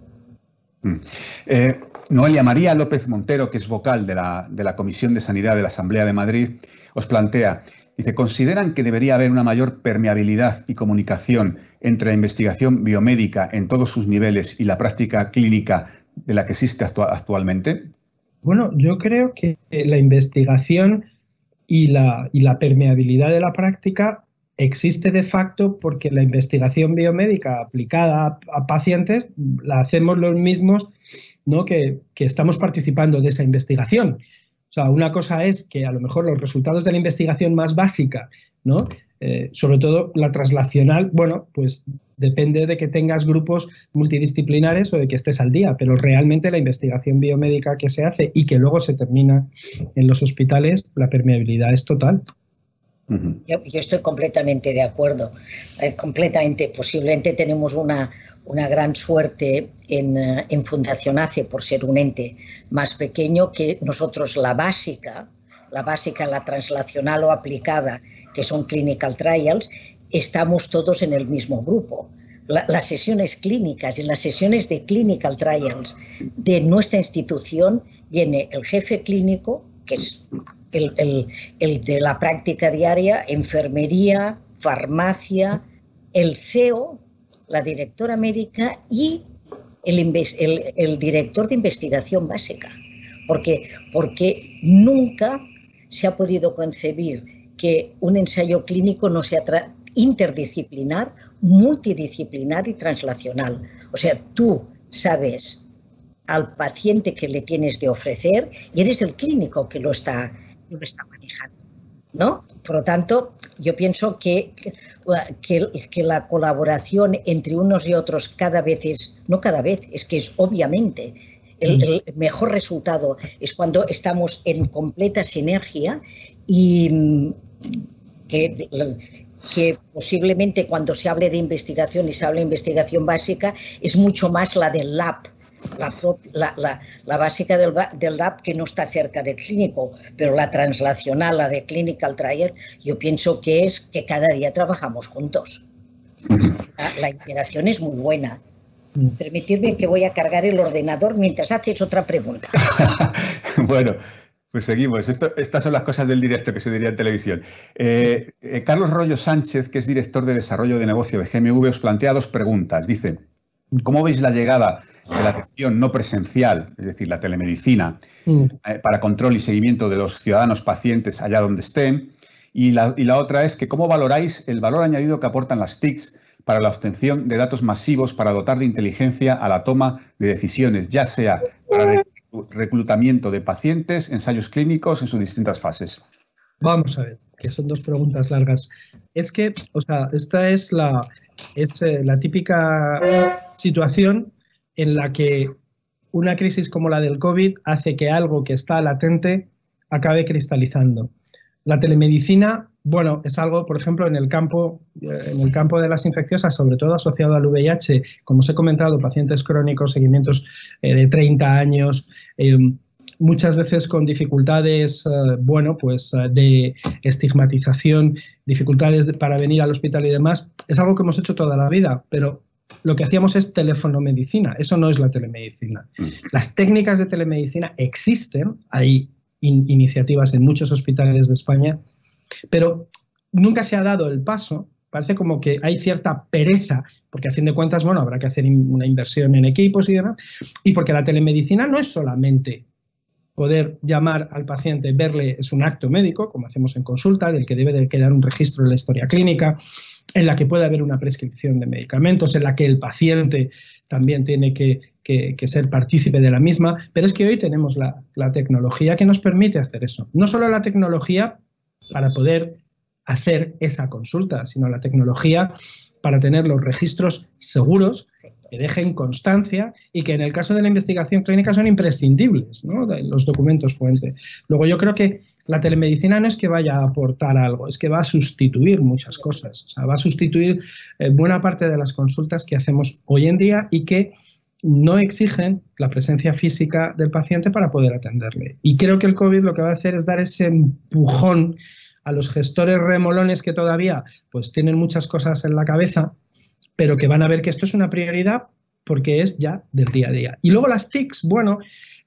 Noelia María López Montero, que es vocal de la Comisión de Sanidad de la Asamblea de Madrid, os plantea, dice, ¿consideran que debería haber una mayor permeabilidad y comunicación entre la investigación biomédica en todos sus niveles y la práctica clínica de la que existe actualmente? Bueno, yo creo que la investigación y la permeabilidad de la práctica existe de facto porque la investigación biomédica aplicada a pacientes la hacemos los mismos, ¿no? que estamos participando de esa investigación. O sea, una cosa es que a lo mejor los resultados de la investigación más básica, ¿no? Sobre todo la translacional, bueno, pues depende de que tengas grupos multidisciplinares o de que estés al día, pero realmente la investigación biomédica que se hace y que luego se termina en los hospitales, la permeabilidad es total. Yo estoy completamente de acuerdo, completamente. Posiblemente tenemos una gran suerte en Fundación ACE por ser un ente más pequeño, que nosotros la básica, la translacional o aplicada, que son clinical trials, estamos todos en el mismo grupo. Las sesiones clínicas y las sesiones de clinical trials de nuestra institución viene el jefe clínico, que es el de la práctica diaria, enfermería, farmacia, el CEO, la directora médica y el director de investigación básica. Porque nunca se ha podido concebir que un ensayo clínico no sea interdisciplinar, multidisciplinar y translacional. O sea, tú sabes al paciente que le tienes de ofrecer y eres el clínico que lo está manejando, ¿no? Por lo tanto, yo pienso que la colaboración entre unos y otros es que es obviamente el mejor resultado es cuando estamos en completa sinergia y que que posiblemente cuando se hable de investigación y se habla de investigación básica es mucho más la del lab, la básica del lab que no está cerca del clínico, pero la translacional, la de clinical trial, yo pienso que es que cada día trabajamos juntos. La interacción es muy buena. Permitidme que voy a cargar el ordenador mientras haces otra pregunta. Bueno, pues seguimos. Estas son las cosas del directo que se diría en televisión. Carlos Rollo Sánchez, que es director de desarrollo de negocio de GMV, os plantea 2 preguntas. Dice, ¿cómo veis la llegada de la atención no presencial, es decir, la telemedicina, para control y seguimiento de los ciudadanos pacientes allá donde estén? Y la otra es que ¿cómo valoráis el valor añadido que aportan las TICs para la obtención de datos masivos para dotar de inteligencia a la toma de decisiones, ya sea para reclutamiento de pacientes, ensayos clínicos en sus distintas fases? Vamos a ver, que son 2 preguntas largas. Es que, o sea, esta es la típica situación en la que una crisis como la del COVID hace que algo que está latente acabe cristalizando. La telemedicina, bueno, es algo, por ejemplo, en el campo de las infecciosas, sobre todo asociado al VIH, como os he comentado, pacientes crónicos, seguimientos de 30 años, muchas veces con dificultades, de estigmatización, dificultades para venir al hospital y demás. Es algo que hemos hecho toda la vida, pero lo que hacíamos es telefonomedicina. Eso no es la telemedicina. Las técnicas de telemedicina existen, hay iniciativas en muchos hospitales de España, pero nunca se ha dado el paso. Parece como que hay cierta pereza, porque a fin de cuentas, bueno, habrá que hacer una inversión en equipos y demás, y porque la telemedicina no es solamente poder llamar al paciente, verle, es un acto médico, como hacemos en consulta, del que debe de quedar un registro de la historia clínica, en la que puede haber una prescripción de medicamentos, en la que el paciente también tiene que ser partícipe de la misma, pero es que hoy tenemos la tecnología que nos permite hacer eso. No solo la tecnología para poder hacer esa consulta, sino la tecnología para tener los registros seguros, que dejen constancia y que en el caso de la investigación clínica son imprescindibles, ¿no? Los documentos fuente. Luego yo creo que la telemedicina no es que vaya a aportar algo, es que va a sustituir muchas cosas. O sea, va a sustituir buena parte de las consultas que hacemos hoy en día y que no exigen la presencia física del paciente para poder atenderle. Y creo que el COVID lo que va a hacer es dar ese empujón a los gestores remolones que todavía pues tienen muchas cosas en la cabeza, pero que van a ver que esto es una prioridad porque es ya del día a día. Y luego las TICs, bueno,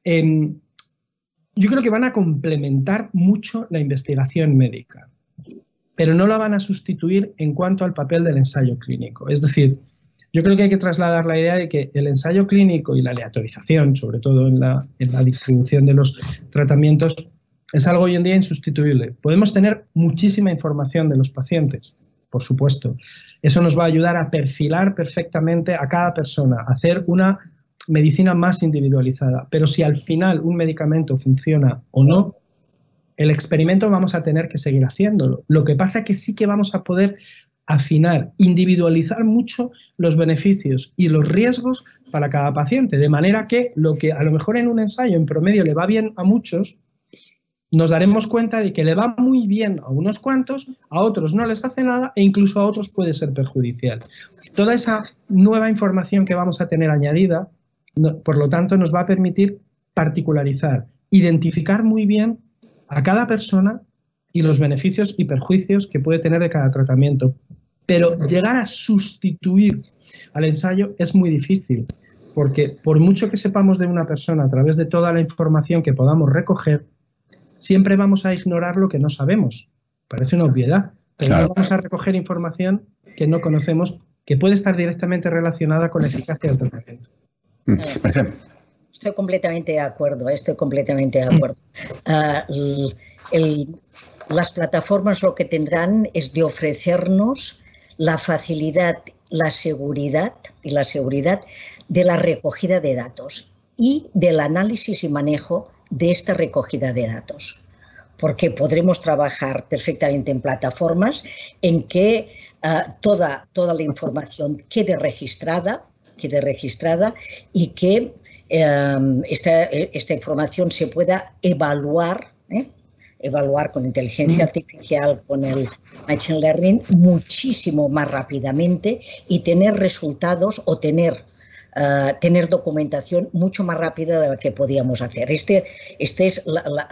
yo creo que van a complementar mucho la investigación médica, pero no la van a sustituir en cuanto al papel del ensayo clínico. Es decir, yo creo que hay que trasladar la idea de que el ensayo clínico y la aleatorización, sobre todo en la distribución de los tratamientos, es algo hoy en día insustituible. Podemos tener muchísima información de los pacientes, por supuesto. Eso nos va a ayudar a perfilar perfectamente a cada persona, a hacer una medicina más individualizada. Pero si al final un medicamento funciona o no, el experimento vamos a tener que seguir haciéndolo. Lo que pasa es que sí que vamos a poder afinar, individualizar mucho los beneficios y los riesgos para cada paciente, de manera que lo que a lo mejor en un ensayo en promedio le va bien a muchos, nos daremos cuenta de que le va muy bien a unos cuantos, a otros no les hace nada e incluso a otros puede ser perjudicial. Toda esa nueva información que vamos a tener añadida, por lo tanto, nos va a permitir particularizar, identificar muy bien a cada persona y los beneficios y perjuicios que puede tener de cada tratamiento. Pero llegar a sustituir al ensayo es muy difícil, porque por mucho que sepamos de una persona a través de toda la información que podamos recoger, siempre vamos a ignorar lo que no sabemos. Parece una obviedad, pero no vamos a recoger información que no conocemos, que puede estar directamente relacionada con la eficacia del tratamiento. Estoy completamente de acuerdo, las plataformas lo que tendrán es de ofrecernos la facilidad, la seguridad de la recogida de datos y del análisis y manejo de esta recogida de datos, porque podremos trabajar perfectamente en plataformas en que toda la información quede registrada y que esta información se pueda evaluar evaluar con inteligencia artificial, con el Machine Learning, muchísimo más rápidamente y tener resultados o tener documentación mucho más rápida de la que podíamos hacer. Este es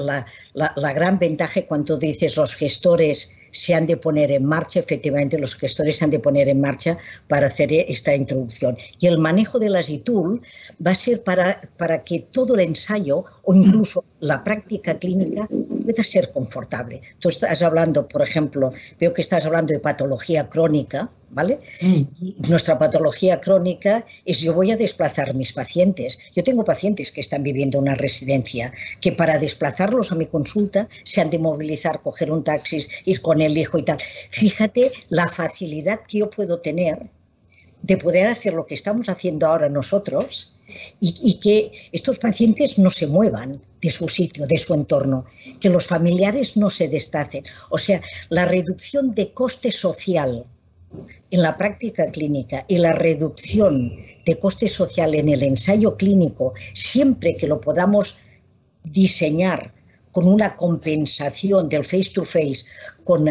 la gran ventaja cuando dices los gestores se han de poner en marcha. Efectivamente, los gestores se han de poner en marcha para hacer esta introducción. Y el manejo de las e-tool va a ser para que todo el ensayo o incluso la práctica clínica pueda ser confortable. Tú estás hablando, por ejemplo, veo que estás hablando de patología crónica, ¿vale? Nuestra patología crónica es: yo voy a desplazar a mis pacientes. Yo tengo pacientes que están viviendo una residencia, que para desplazarlos a mi consulta se han de movilizar, coger un taxi, ir con el hijo y tal. Fíjate la facilidad que yo puedo tener de poder hacer lo que estamos haciendo ahora nosotros y que estos pacientes no se muevan de su sitio, de su entorno, que los familiares no se desplacen. O sea, la reducción de coste social en la práctica clínica y la reducción de coste social en el ensayo clínico, siempre que lo podamos diseñar con una compensación del face-to-face con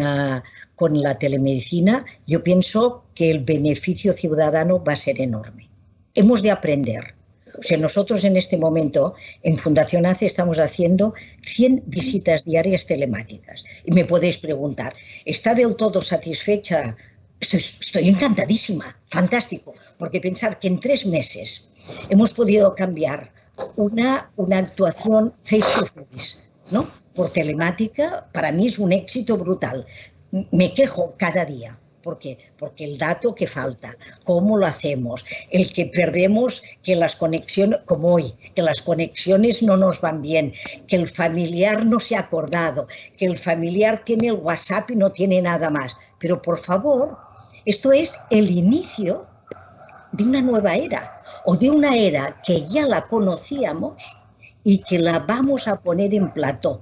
la telemedicina, yo pienso que el beneficio ciudadano va a ser enorme. Hemos de aprender. O sea, nosotros en este momento en Fundación ACE estamos haciendo 100 visitas diarias telemáticas. Y me podéis preguntar, ¿está del todo satisfecha? Estoy encantadísima, fantástico, porque pensar que en 3 meses hemos podido cambiar una actuación face-to-face, ¿no?, por telemática, para mí es un éxito brutal. Me quejo cada día. ¿Por qué? Porque el dato que falta, cómo lo hacemos, el que perdemos, que las conexiones, como hoy, que las conexiones no nos van bien, que el familiar no se ha acordado, que el familiar tiene el WhatsApp y no tiene nada más. Pero por favor, esto es el inicio de una nueva era, o de una era que ya la conocíamos y que la vamos a poner en plató.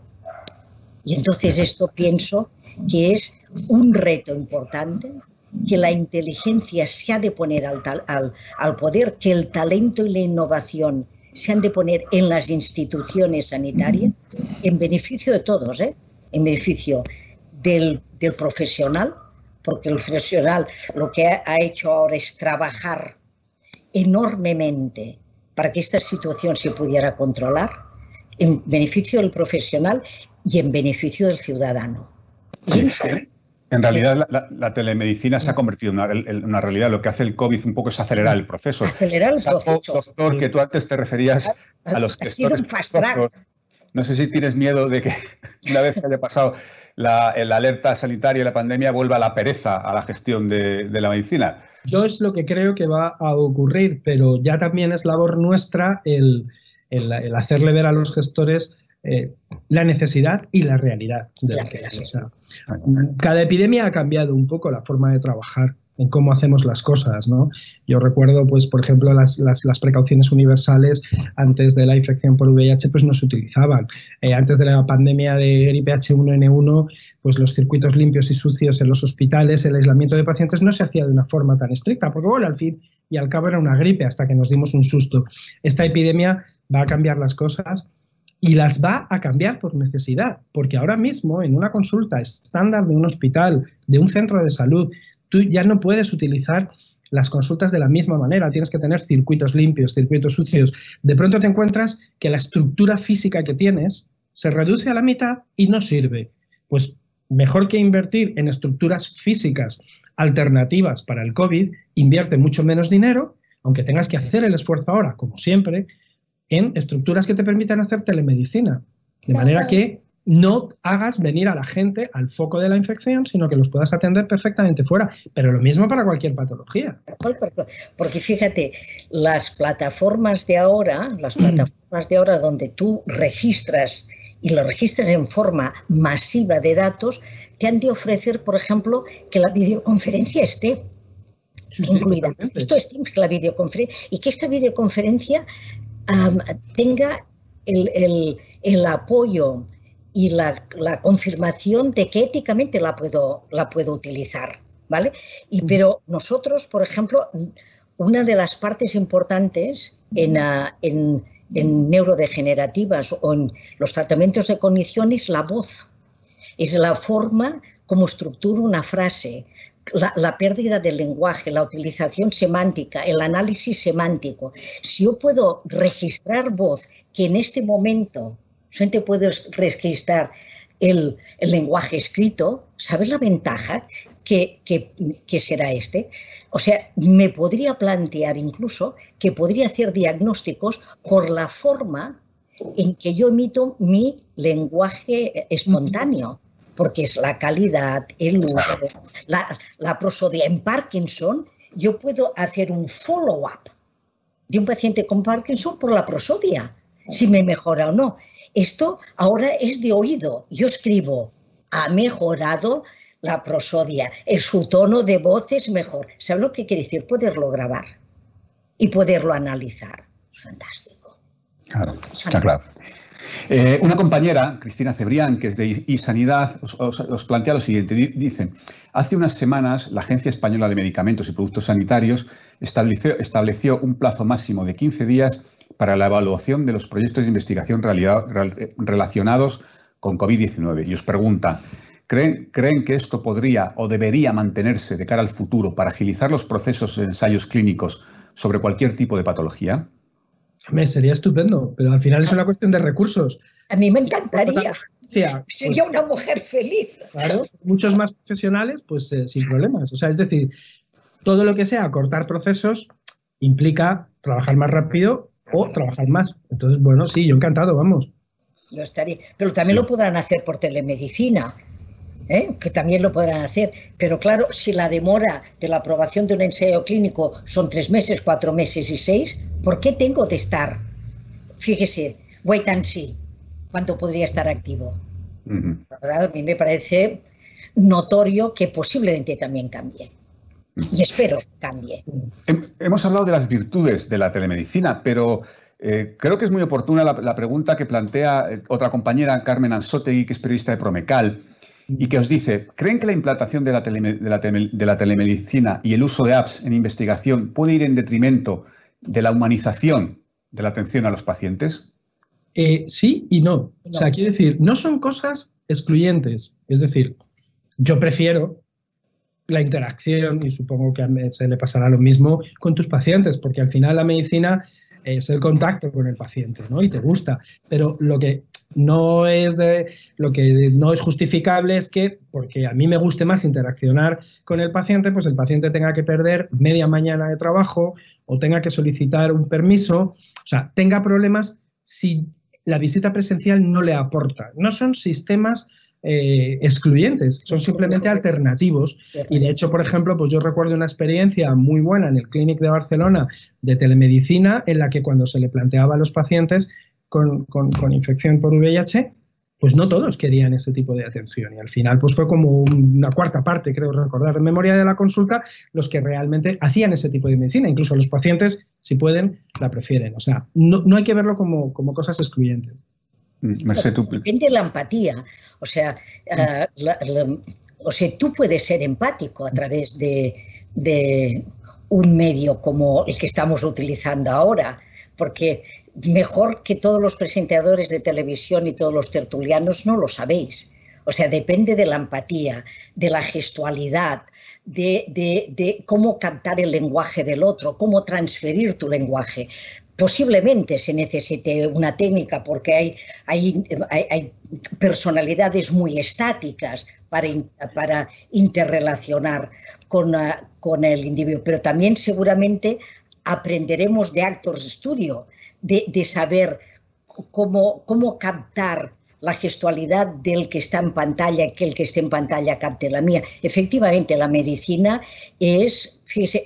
Y entonces esto pienso que es un reto importante, que la inteligencia se ha de poner al poder, que el talento y la innovación se han de poner en las instituciones sanitarias, en beneficio de todos, en beneficio del profesional, porque el profesional lo que ha hecho ahora es trabajar enormemente para que esta situación se pudiera controlar, en beneficio del profesional y en beneficio del ciudadano. Sí, en realidad la telemedicina se ha convertido en una realidad. Lo que hace el COVID un poco es acelerar el proceso. Acelerar el proceso. Doctor, que tú antes te referías a los gestores. Ha sido un fast track. No sé si tienes miedo de que una vez que haya pasado la alerta sanitaria y la pandemia vuelva la pereza a la gestión de la medicina. Yo es lo que creo que va a ocurrir, pero ya también es labor nuestra el hacerle ver a los gestores la necesidad y la realidad de lo que es. O sea, cada epidemia ha cambiado un poco la forma de trabajar en cómo hacemos las cosas, ¿no? Yo recuerdo, pues, por ejemplo, las precauciones universales antes de la infección por VIH, pues no se utilizaban. Antes de la pandemia de gripe H1N1, pues los circuitos limpios y sucios en los hospitales, el aislamiento de pacientes no se hacía de una forma tan estricta, porque, bueno, al fin y al cabo era una gripe hasta que nos dimos un susto. Esta epidemia va a cambiar las cosas y las va a cambiar por necesidad, porque ahora mismo en una consulta estándar de un hospital, de un centro de salud, tú ya no puedes utilizar las consultas de la misma manera, tienes que tener circuitos limpios, circuitos sucios. De pronto te encuentras que la estructura física que tienes se reduce a la mitad y no sirve. Pues mejor que invertir en estructuras físicas alternativas para el COVID, invierte mucho menos dinero, aunque tengas que hacer el esfuerzo ahora, como siempre, en estructuras que te permitan hacer telemedicina. De manera que no hagas venir a la gente al foco de la infección, sino que los puedas atender perfectamente fuera. Pero lo mismo para cualquier patología. Porque fíjate, las plataformas de ahora donde tú registras y lo registras en forma masiva de datos, te han de ofrecer, por ejemplo, que la videoconferencia esté incluida. Esto es Teams, que la videoconferencia, y que esta videoconferencia tenga el apoyo y la confirmación de que éticamente la puedo utilizar, ¿vale? Pero nosotros, por ejemplo, una de las partes importantes en neurodegenerativas o en los tratamientos de cognición es la voz. es la forma como estructuro una frase, la pérdida del lenguaje, la utilización semántica, el análisis semántico. Si yo puedo registrar voz, que en este momento solamente puedo registrar el lenguaje escrito, ¿sabes la ventaja que será este? O sea, me podría plantear incluso que podría hacer diagnósticos por la forma en que yo emito mi lenguaje espontáneo, porque es la calidad, el uso, la prosodia. En Parkinson yo puedo hacer un follow-up de un paciente con Parkinson por la prosodia, si me mejora o no. Esto ahora es de oído. Yo escribo, ha mejorado la prosodia, su tono de voz es mejor. ¿Sabes lo que quiere decir? Poderlo grabar y poderlo analizar. Es fantástico. Claro, está claro. Una compañera, Cristina Cebrián, que es de iSanidad, os plantea lo siguiente. Dice, hace unas semanas la Agencia Española de Medicamentos y Productos Sanitarios estableció un plazo máximo de 15 días para la evaluación de los proyectos de investigación relacionados con COVID-19. Y os pregunta, ¿creen que esto podría o debería mantenerse de cara al futuro para agilizar los procesos de ensayos clínicos sobre cualquier tipo de patología? Sería estupendo, pero al final es una cuestión de recursos. A mí me encantaría. Sería una mujer feliz. Claro, muchos más profesionales, pues sin problemas. O sea, es decir, todo lo que sea acortar procesos implica trabajar más rápido o trabajar más. Entonces, bueno, sí, yo encantado, vamos. Yo estaría. Pero también lo podrán hacer por telemedicina, que también lo podrán hacer. Pero claro, si la demora de la aprobación de un ensayo clínico son 3 meses, 4 meses y 6, ¿por qué tengo de estar, fíjese, wait and see, cuando podría estar activo? ¿Verdad? A mí me parece notorio que posiblemente también cambie. Y espero que cambie. Hemos hablado de las virtudes de la telemedicina, pero creo que es muy oportuna la pregunta que plantea otra compañera, Carmen Ansótegui, que es periodista de Promecal, y que os dice, ¿creen que la implantación de la telemedicina y el uso de apps en investigación puede ir en detrimento de la humanización de la atención a los pacientes? Sí y no. O sea, quiero decir, no son cosas excluyentes. Es decir, yo prefiero la interacción, y supongo que a mí se le pasará lo mismo con tus pacientes, porque al final la medicina es el contacto con el paciente, ¿no? Y te gusta. Pero lo que no es justificable es que, porque a mí me guste más interaccionar con el paciente, pues el paciente tenga que perder media mañana de trabajo o tenga que solicitar un permiso, o sea, tenga problemas si la visita presencial no le aporta. No son sistemas excluyentes, son simplemente alternativos. Y de hecho, por ejemplo, pues yo recuerdo una experiencia muy buena en el Clínic de Barcelona de telemedicina, en la que cuando se le planteaba a los pacientes con infección por VIH, pues no todos querían ese tipo de atención. Y al final pues fue como una cuarta parte, creo recordar, en memoria de la consulta, los que realmente hacían ese tipo de medicina. Incluso los pacientes, si pueden, la prefieren. O sea, no hay que verlo como cosas excluyentes. Depende de la empatía. O sea, tú puedes ser empático a través de un medio como el que estamos utilizando ahora, porque mejor que todos los presentadores de televisión y todos los tertulianos no lo sabéis. O sea, depende de la empatía, de la gestualidad, de cómo captar el lenguaje del otro, cómo transferir tu lenguaje. Posiblemente se necesite una técnica porque hay personalidades muy estáticas para interrelacionar con el individuo, pero también seguramente aprenderemos de Actors Studio, de saber cómo captar la gestualidad del que está en pantalla, que el que esté en pantalla capte la mía. Efectivamente, la medicina es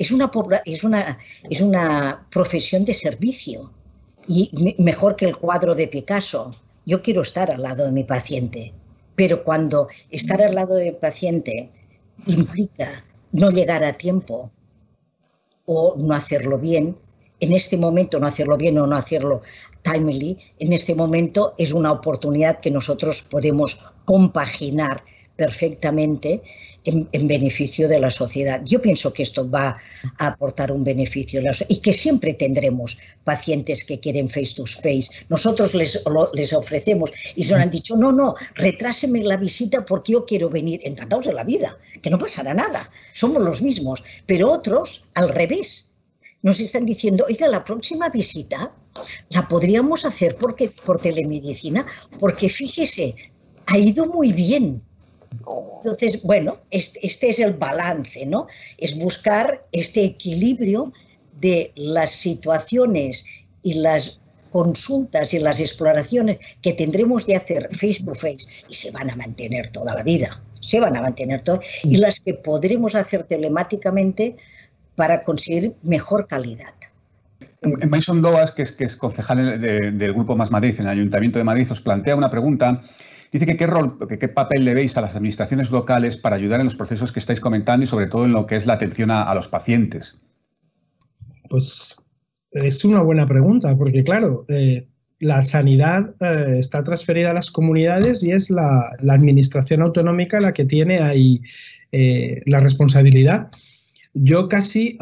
una profesión de servicio y mejor que el cuadro de Picasso. Yo quiero estar al lado de mi paciente, pero cuando estar al lado del paciente implica no llegar a tiempo o no hacerlo bien, en este momento no hacerlo bien o no hacerlo timely, en este momento es una oportunidad que nosotros podemos compaginar perfectamente en beneficio de la sociedad. Yo pienso que esto va a aportar un beneficio y que siempre tendremos pacientes que quieren face to face. Nosotros les ofrecemos y se nos han dicho, no, retráseme la visita porque yo quiero venir. Encantados de la vida, que no pasará nada, somos los mismos. Pero otros, al revés, nos están diciendo, oiga, la próxima visita la podríamos hacer por telemedicina, porque fíjese, ha ido muy bien. Entonces, bueno, este es el balance, ¿no? Es buscar este equilibrio de las situaciones y las consultas y las exploraciones que tendremos de hacer face to face, y se van a mantener toda la vida, y las que podremos hacer telemáticamente para conseguir mejor calidad. Mason Loas, que es concejal del Grupo Más Madrid en el Ayuntamiento de Madrid, os plantea una pregunta. Dice que qué papel le veis a las administraciones locales para ayudar en los procesos que estáis comentando y sobre todo en lo que es la atención a los pacientes. Pues es una buena pregunta, porque claro, la sanidad está transferida a las comunidades y es la administración autonómica la que tiene ahí la responsabilidad. Yo casi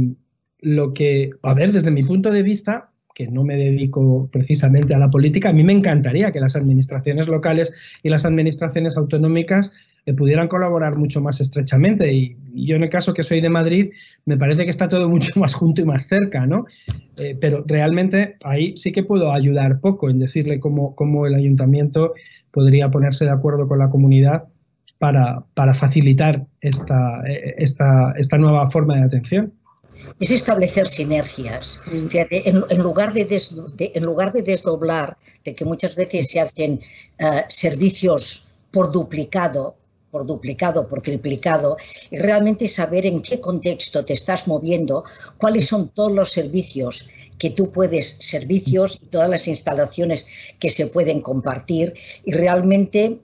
desde mi punto de vista, que no me dedico precisamente a la política, a mí me encantaría que las administraciones locales y las administraciones autonómicas pudieran colaborar mucho más estrechamente. Y yo, en el caso que soy de Madrid, me parece que está todo mucho más junto y más cerca, ¿no? Pero realmente ahí sí que puedo ayudar poco en decirle cómo el ayuntamiento podría ponerse de acuerdo con la comunidad para facilitar esta nueva forma de atención. Es establecer sinergias. Fíjate, en lugar de desdoblar, de que muchas veces se hacen servicios por duplicado, por triplicado, y realmente saber en qué contexto te estás moviendo, cuáles son todos los servicios que tú puedes, servicios y todas las instalaciones que se pueden compartir, y realmente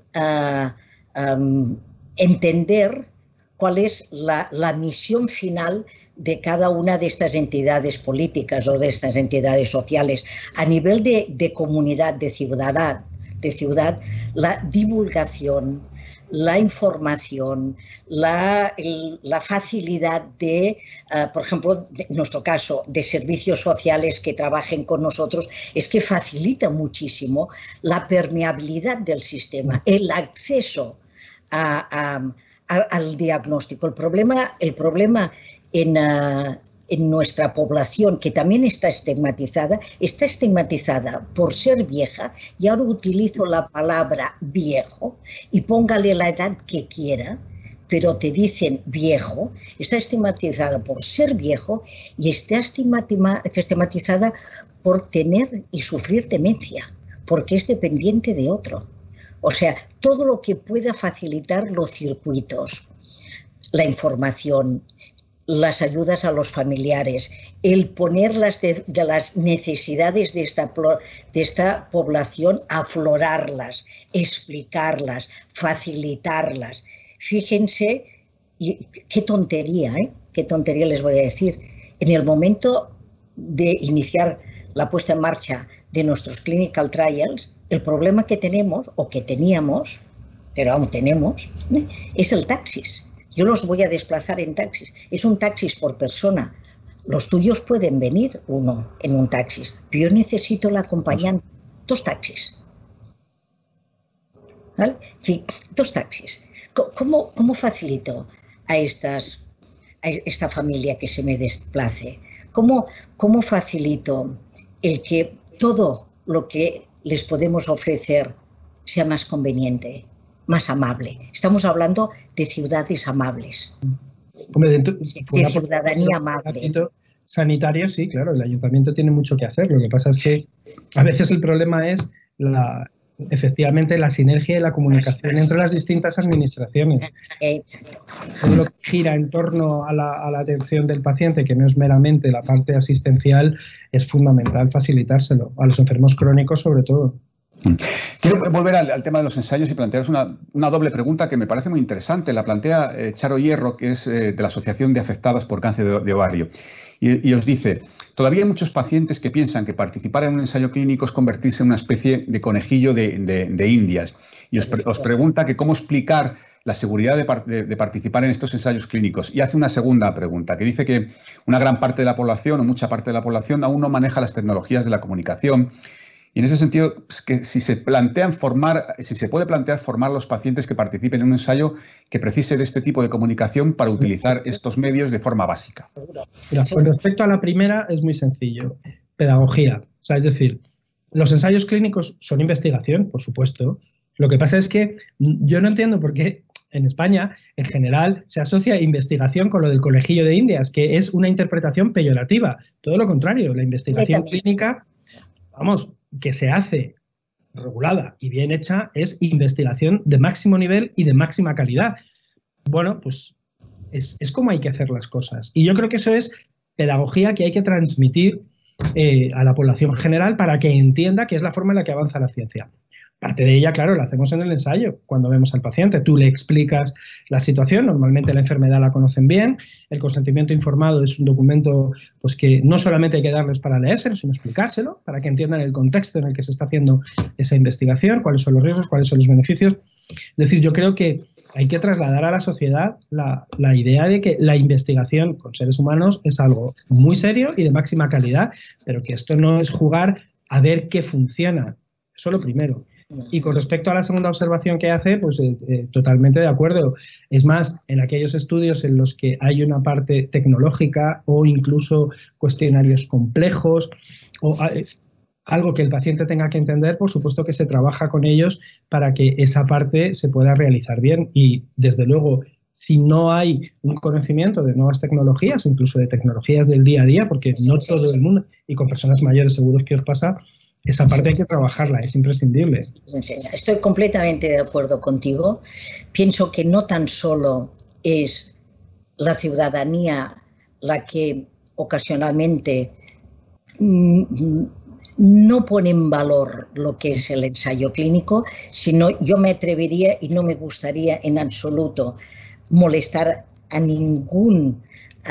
entender cuál es la misión final de cada una de estas entidades políticas o de estas entidades sociales. A nivel de comunidad, de ciudad, la divulgación, la información, la facilidad de, por ejemplo, en nuestro caso, de servicios sociales que trabajen con nosotros, es que facilita muchísimo la permeabilidad del sistema, el acceso al diagnóstico. El problema en nuestra población, que también está estigmatizada por ser vieja, y ahora utilizo la palabra viejo, y póngale la edad que quiera, pero te dicen viejo, está estigmatizada por ser viejo y está estigmatizada por tener y sufrir demencia, porque es dependiente de otro. O sea, todo lo que pueda facilitar los circuitos, la información, las ayudas a los familiares, el ponerlas de las necesidades de esta población, aflorarlas, explicarlas, facilitarlas. Fíjense, qué tontería, qué tontería les voy a decir. En el momento de iniciar la puesta en marcha de nuestros clinical trials, el problema que tenemos, o que teníamos, pero aún tenemos, es el taxis. Yo los voy a desplazar en taxis. Es un taxis por persona. Los tuyos pueden venir uno en un taxis, pero yo necesito la acompañante. 2 taxis. ¿Vale? En fin, 2 taxis. ¿Cómo facilito a esta familia que se me desplace? ¿Cómo facilito el que todo lo que les podemos ofrecer sea más conveniente, más amable? Estamos hablando de ciudades amables, de ciudadanía amable. Sanitario, sí, claro, el ayuntamiento tiene mucho que hacer. Lo que pasa es que a veces el problema es efectivamente la sinergia y la comunicación entre las distintas administraciones. Todo lo que gira en torno a la atención del paciente, que no es meramente la parte asistencial, es fundamental facilitárselo, a los enfermos crónicos sobre todo. Quiero volver al tema de los ensayos y plantearos una doble pregunta que me parece muy interesante. La plantea Charo Hierro, que es de la Asociación de Afectadas por Cáncer de Ovario. Y os dice, todavía hay muchos pacientes que piensan que participar en un ensayo clínico es convertirse en una especie de conejillo de indias. Y os pregunta que cómo explicar la seguridad de participar en estos ensayos clínicos. Y hace una segunda pregunta, que dice que una gran parte de la población, o mucha parte de la población, aún no maneja las tecnologías de la comunicación. Y en ese sentido, es que si se puede plantear formar a los pacientes que participen en un ensayo que precise de este tipo de comunicación para utilizar estos medios de forma básica. Mira, con respecto a la primera, es muy sencillo. Pedagogía. O sea, es decir, los ensayos clínicos son investigación, por supuesto. Lo que pasa es que yo no entiendo por qué en España, en general, se asocia investigación con lo del conejillo de Indias, que es una interpretación peyorativa. Todo lo contrario, la investigación clínica, vamos, que se hace regulada y bien hecha, es investigación de máximo nivel y de máxima calidad. Bueno, pues es como hay que hacer las cosas. Y yo creo que eso es pedagogía que hay que transmitir a la población general para que entienda que es la forma en la que avanza la ciencia. Parte de ella, claro, la hacemos en el ensayo, cuando vemos al paciente. Tú le explicas la situación, normalmente la enfermedad la conocen bien, el consentimiento informado es un documento pues, que no solamente hay que darles para leérselo, sino explicárselo, para que entiendan el contexto en el que se está haciendo esa investigación, cuáles son los riesgos, cuáles son los beneficios. Es decir, yo creo que hay que trasladar a la sociedad la idea de que la investigación con seres humanos es algo muy serio y de máxima calidad, pero que esto no es jugar a ver qué funciona. Eso es lo primero. Y con respecto a la segunda observación que hace, pues totalmente de acuerdo. Es más, en aquellos estudios en los que hay una parte tecnológica o incluso cuestionarios complejos o algo que el paciente tenga que entender, por supuesto que se trabaja con ellos para que esa parte se pueda realizar bien. Y, desde luego, si no hay un conocimiento de nuevas tecnologías, incluso de tecnologías del día a día, porque no todo el mundo, y con personas mayores seguros que os pasa, esa parte hay que trabajarla, es imprescindible. Estoy completamente de acuerdo contigo. Pienso que no tan solo es la ciudadanía la que ocasionalmente no pone en valor lo que es el ensayo clínico, sino yo me atrevería y no me gustaría en absoluto molestar a ningún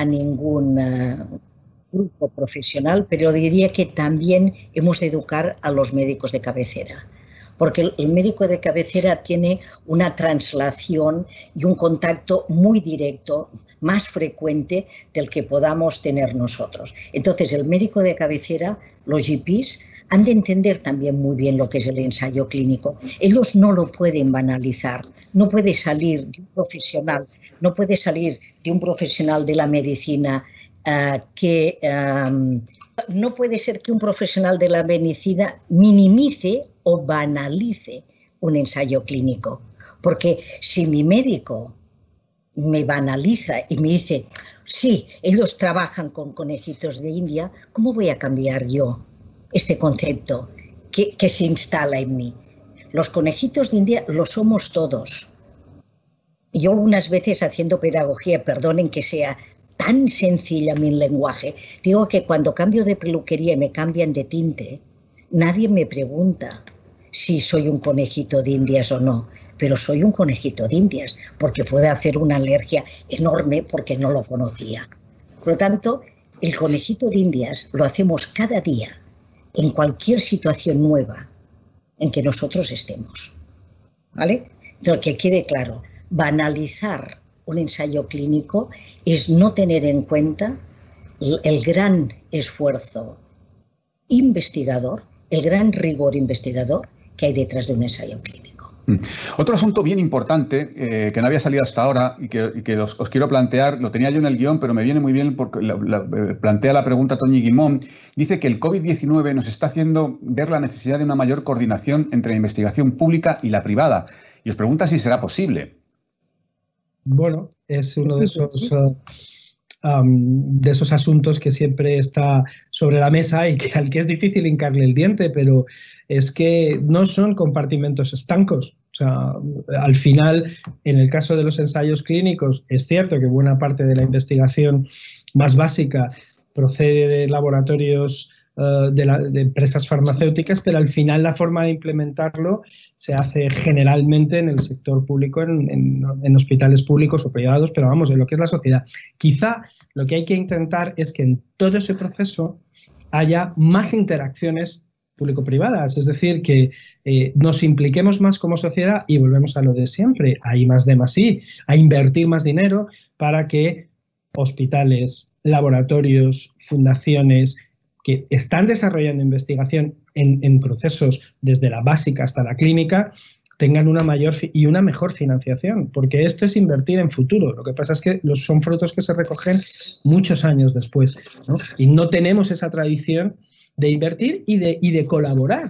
grupo profesional, pero diría que también hemos de educar a los médicos de cabecera, porque el médico de cabecera tiene una traslación y un contacto muy directo, más frecuente del que podamos tener nosotros. Entonces, el médico de cabecera, los GPs, han de entender también muy bien lo que es el ensayo clínico. Ellos no lo pueden banalizar, no puede salir de un profesional, no puede salir de un profesional de la medicina no puede ser que un profesional de la medicina minimice o banalice un ensayo clínico, porque si mi médico me banaliza y me dice, sí, ellos trabajan con conejitos de India, ¿cómo voy a cambiar yo este concepto que se instala en mí? Los conejitos de India lo somos todos. Y yo algunas veces haciendo pedagogía, perdonen que sea tan sencilla mi lenguaje, digo que cuando cambio de peluquería y me cambian de tinte, nadie me pregunta si soy un conejito de Indias o no, pero soy un conejito de Indias porque puede hacer una alergia enorme porque no lo conocía. Por lo tanto, el conejito de Indias lo hacemos cada día en cualquier situación nueva en que nosotros estemos. ¿Vale? Entonces, que quede claro, banalizar un ensayo clínico es no tener en cuenta el gran esfuerzo investigador, el gran rigor investigador que hay detrás de un ensayo clínico. Otro asunto bien importante que no había salido hasta ahora y que os quiero plantear, lo tenía yo en el guión, pero me viene muy bien porque plantea la pregunta Toñi Guimón. Dice que el COVID-19 nos está haciendo ver la necesidad de una mayor coordinación entre la investigación pública y la privada. Y os pregunta si será posible. Bueno, es uno de esos asuntos que siempre está sobre la mesa y al que es difícil hincarle el diente, pero es que no son compartimentos estancos. O sea, al final, en el caso de los ensayos clínicos, es cierto que buena parte de la investigación más básica procede de laboratorios de empresas farmacéuticas, pero al final la forma de implementarlo se hace generalmente en el sector público, en hospitales públicos o privados, pero vamos, en lo que es la sociedad. Quizá lo que hay que intentar es que en todo ese proceso haya más interacciones público-privadas, es decir, que nos impliquemos más como sociedad y volvemos a lo de siempre, a I+D+I, a invertir más dinero para que hospitales, laboratorios, fundaciones que están desarrollando investigación en procesos desde la básica hasta la clínica tengan una mayor y una mejor financiación, porque esto es invertir en futuro. Lo que pasa es que son frutos que se recogen muchos años después, ¿no? Y no tenemos esa tradición de invertir y de colaborar.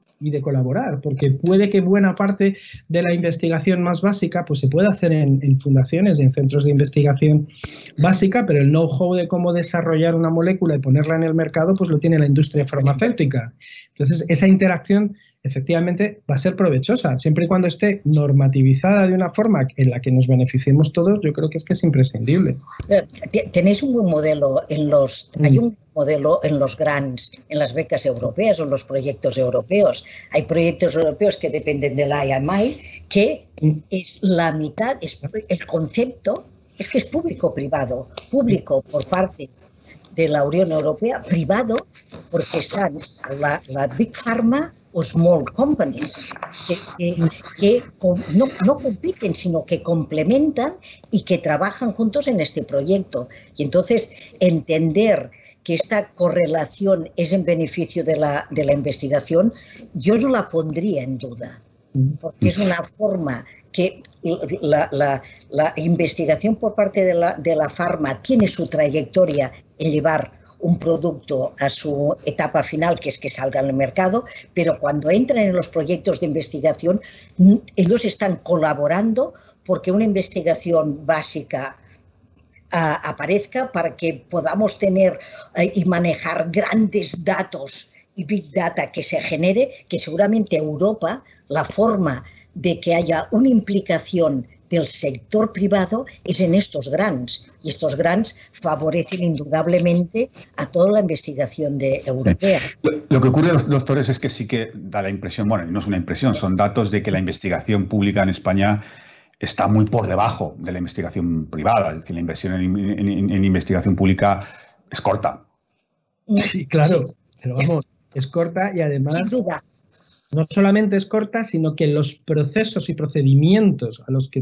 Porque puede que buena parte de la investigación más básica pues se pueda hacer en fundaciones y en centros de investigación básica, pero el know-how de cómo desarrollar una molécula y ponerla en el mercado pues lo tiene la industria farmacéutica. Entonces, esa interacción efectivamente va a ser provechosa, siempre y cuando esté normativizada de una forma en la que nos beneficiemos todos. Yo creo que es imprescindible. Tenéis un buen modelo hay un modelo en los grants, en las becas europeas o en los proyectos europeos. Hay proyectos europeos que dependen de la IMI, que es la mitad, el concepto es que es público-privado, público por parte de la Unión Europea, privado porque están la Big Pharma o Small Companies, que no compiten, sino que complementan y que trabajan juntos en este proyecto. Y entonces entender que esta correlación es en beneficio de la investigación, yo no la pondría en duda, porque es una forma que la investigación por parte de la farma tiene su trayectoria en llevar un producto a su etapa final, que es que salga al mercado, pero cuando entran en los proyectos de investigación, ellos están colaborando porque una investigación básica aparezca para que podamos tener y manejar grandes datos y Big Data que se genere, que seguramente Europa, la forma de que haya una implicación del sector privado es en estos grants, y estos grants favorecen indudablemente a toda la investigación europea. Lo que ocurre, doctores, es que sí que da la impresión, bueno, no es una impresión, son datos de que la investigación pública en España está muy por debajo de la investigación privada, es decir, la inversión en investigación pública es corta. Sí, claro, pero vamos, es corta y además... Sin duda. No solamente es corta, sino que los procesos y procedimientos a los que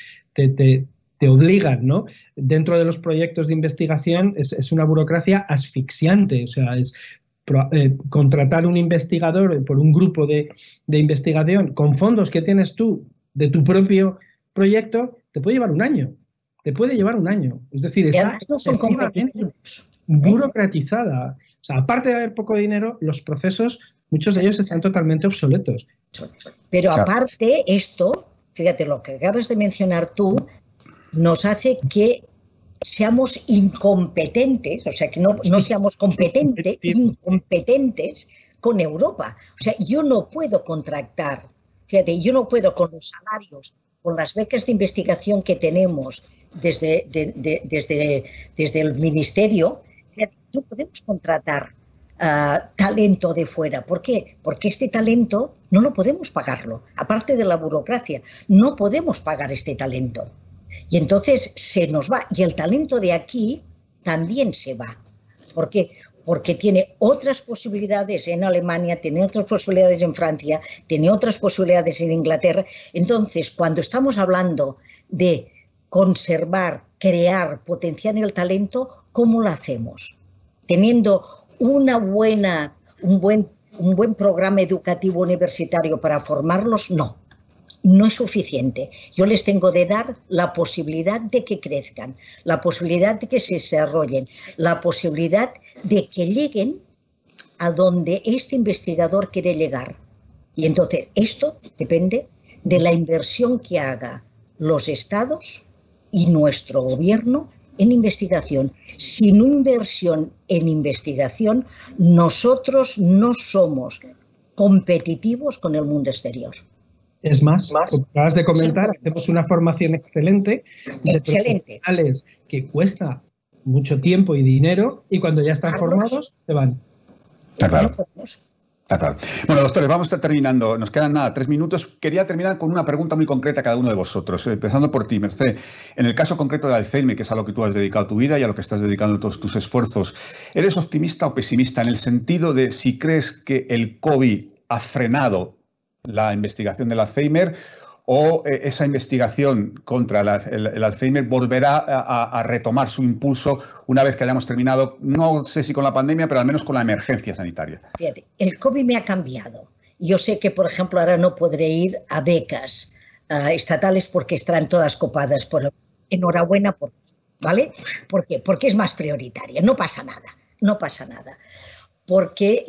te obligan, ¿no?, dentro de los proyectos de investigación es una burocracia asfixiante. O sea, es contratar un investigador por un grupo de investigación con fondos que tienes tú de tu propio proyecto, te puede llevar un año. Es decir, está excesivamente burocratizada. O sea, aparte de haber poco dinero, los procesos, muchos de ellos están totalmente obsoletos. Pero aparte, esto, fíjate, lo que acabas de mencionar tú, nos hace que seamos incompetentes, o sea, que no seamos incompetentes con Europa. O sea, yo no puedo contractar, fíjate, yo no puedo con los salarios, con las becas de investigación que tenemos desde el Ministerio, no podemos contratar talento de fuera. ¿Por qué? Porque este talento no lo podemos pagarlo. Aparte de la burocracia, no podemos pagar este talento. Y entonces se nos va. Y el talento de aquí también se va. ¿Por qué? Porque tiene otras posibilidades en Alemania, tiene otras posibilidades en Francia, tiene otras posibilidades en Inglaterra. Entonces, cuando estamos hablando de conservar, crear, potenciar el talento, ¿cómo lo hacemos? Teniendo un buen programa educativo universitario para formarlos, no es suficiente. Yo les tengo de dar la posibilidad de que crezcan, la posibilidad de que se desarrollen, la posibilidad de que lleguen a donde este investigador quiere llegar. Y entonces esto depende de la inversión que haga los estados y nuestro gobierno en investigación. Sin inversión en investigación, nosotros no somos competitivos con el mundo exterior. Es más, como acabas de comentar, hacemos una formación excelente de profesionales que cuesta mucho tiempo y dinero, y cuando ya están formados, se van. Está claro. Claro. Bueno, doctores, vamos a estar terminando. Nos quedan 3 minutos. Quería terminar con una pregunta muy concreta a cada uno de vosotros, empezando por ti, Mercé. En el caso concreto de Alzheimer, que es a lo que tú has dedicado tu vida y a lo que estás dedicando todos tus esfuerzos, ¿eres optimista o pesimista en el sentido de si crees que el COVID ha frenado la investigación del Alzheimer o esa investigación contra el Alzheimer volverá a retomar su impulso una vez que hayamos terminado, no sé si con la pandemia, pero al menos con la emergencia sanitaria? Fíjate, el COVID me ha cambiado. Yo sé que, por ejemplo, ahora no podré ir a becas estatales porque estarán todas copadas. Enhorabuena, ¿vale? ¿Por qué? Porque es más prioritaria. No pasa nada, no pasa nada. Porque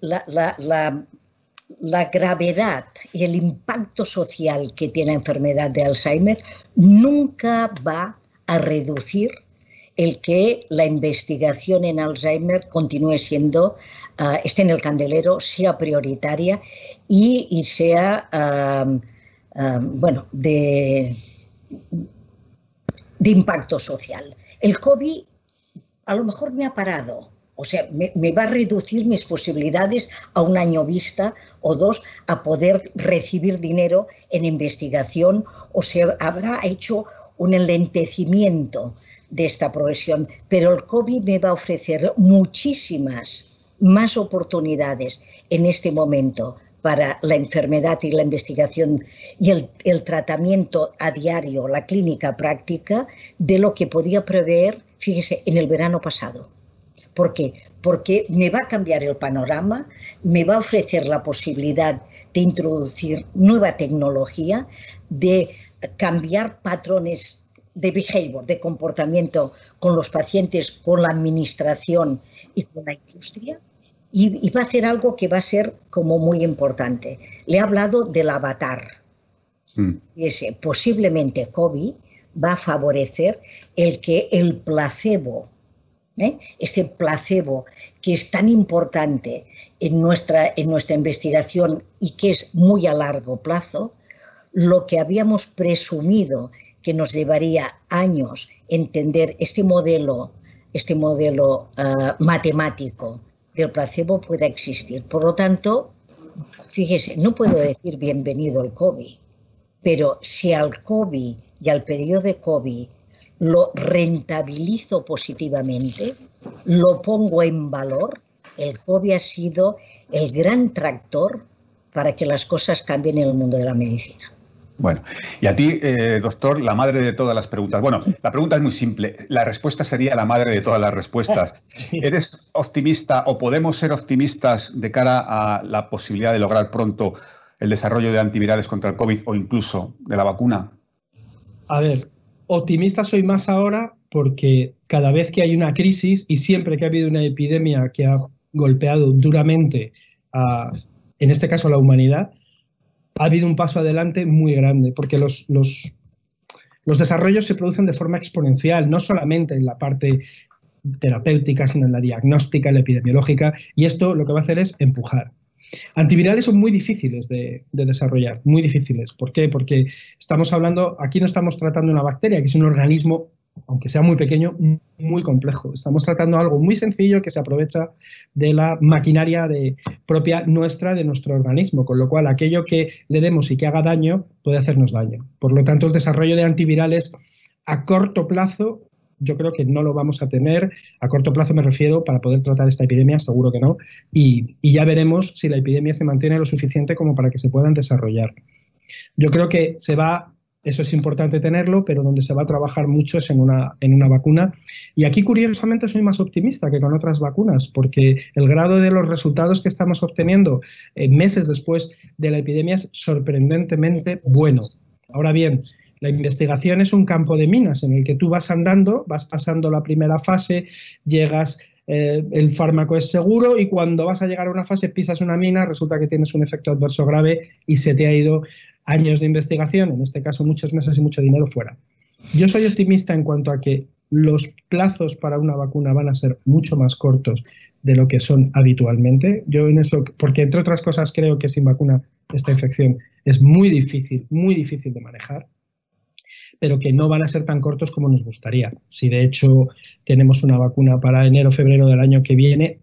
la gravedad y el impacto social que tiene la enfermedad de Alzheimer nunca va a reducir el que la investigación en Alzheimer continúe siendo, esté en el candelero, sea prioritaria y sea, bueno, de impacto social. El COVID a lo mejor me ha parado. O sea, me va a reducir mis posibilidades a un año vista o 2 a poder recibir dinero en investigación, o se habrá hecho un enlentecimiento de esta profesión. Pero el COVID me va a ofrecer muchísimas más oportunidades en este momento para la enfermedad y la investigación y el tratamiento a diario, la clínica práctica, de lo que podía prever, fíjese, en el verano pasado. ¿Por qué? Porque me va a cambiar el panorama, me va a ofrecer la posibilidad de introducir nueva tecnología, de cambiar patrones de behavior, de comportamiento con los pacientes, con la administración y con la industria, y va a hacer algo que va a ser como muy importante. Le he hablado del avatar. Y posiblemente COVID va a favorecer el que el placebo, este placebo que es tan importante en nuestra investigación y que es muy a largo plazo, lo que habíamos presumido que nos llevaría años entender este modelo matemático del placebo pueda existir. Por lo tanto, fíjese, no puedo decir bienvenido al COVID, pero si al COVID y al periodo de COVID lo rentabilizo positivamente, lo pongo en valor, el COVID ha sido el gran tractor para que las cosas cambien en el mundo de la medicina. Bueno, y a ti, doctor, la madre de todas las preguntas. Bueno, la pregunta es muy simple. La respuesta sería la madre de todas las respuestas. ¿Eres optimista o podemos ser optimistas de cara a la posibilidad de lograr pronto el desarrollo de antivirales contra el COVID o incluso de la vacuna? A ver, optimista soy más ahora porque cada vez que hay una crisis y siempre que ha habido una epidemia que ha golpeado duramente en este caso a la humanidad, ha habido un paso adelante muy grande, porque los desarrollos se producen de forma exponencial, no solamente en la parte terapéutica, sino en la diagnóstica, en la epidemiológica, y esto lo que va a hacer es empujar. Antivirales son muy difíciles de desarrollar, muy difíciles. ¿Por qué? Porque estamos hablando, aquí no estamos tratando una bacteria, que es un organismo, aunque sea muy pequeño, muy complejo. Estamos tratando algo muy sencillo que se aprovecha de la maquinaria propia nuestra, de nuestro organismo, con lo cual aquello que le demos y que haga daño puede hacernos daño. Por lo tanto, el desarrollo de antivirales a corto plazo yo creo que no lo vamos a tener. A corto plazo me refiero para poder tratar esta epidemia, seguro que no. Y ya veremos si la epidemia se mantiene lo suficiente como para que se puedan desarrollar. Yo creo que eso es importante tenerlo, pero donde se va a trabajar mucho es en una vacuna. Y aquí, curiosamente, soy más optimista que con otras vacunas, porque el grado de los resultados que estamos obteniendo meses después de la epidemia es sorprendentemente bueno. Ahora bien, la investigación es un campo de minas en el que tú vas andando, vas pasando la primera fase, llegas, el fármaco es seguro y cuando vas a llegar a una fase pisas una mina, resulta que tienes un efecto adverso grave y se te ha ido años de investigación, en este caso muchos meses y mucho dinero fuera. Yo soy optimista en cuanto a que los plazos para una vacuna van a ser mucho más cortos de lo que son habitualmente. Yo en eso, porque entre otras cosas creo que sin vacuna esta infección es muy difícil de manejar, pero que no van a ser tan cortos como nos gustaría. Si de hecho tenemos una vacuna para enero o febrero del año que viene,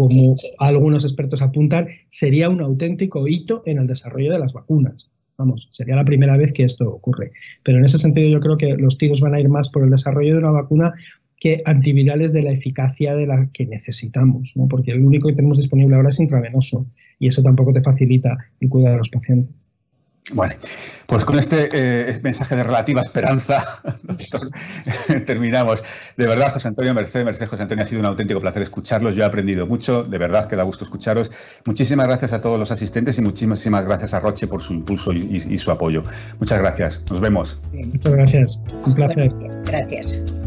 como algunos expertos apuntan, sería un auténtico hito en el desarrollo de las vacunas. Vamos, sería la primera vez que esto ocurre. Pero en ese sentido yo creo que los tiros van a ir más por el desarrollo de una vacuna que antivirales de la eficacia de la que necesitamos, ¿no? Porque el único que tenemos disponible ahora es intravenoso y eso tampoco te facilita el cuidado de los pacientes. Bueno, pues con este mensaje de relativa esperanza, doctor, terminamos. De verdad, José Antonio, Mercé, José Antonio, ha sido un auténtico placer escucharlos. Yo he aprendido mucho, de verdad que da gusto escucharos. Muchísimas gracias a todos los asistentes y muchísimas gracias a Roche por su impulso y su apoyo. Muchas gracias. Nos vemos. Muchas gracias. Un placer. Gracias.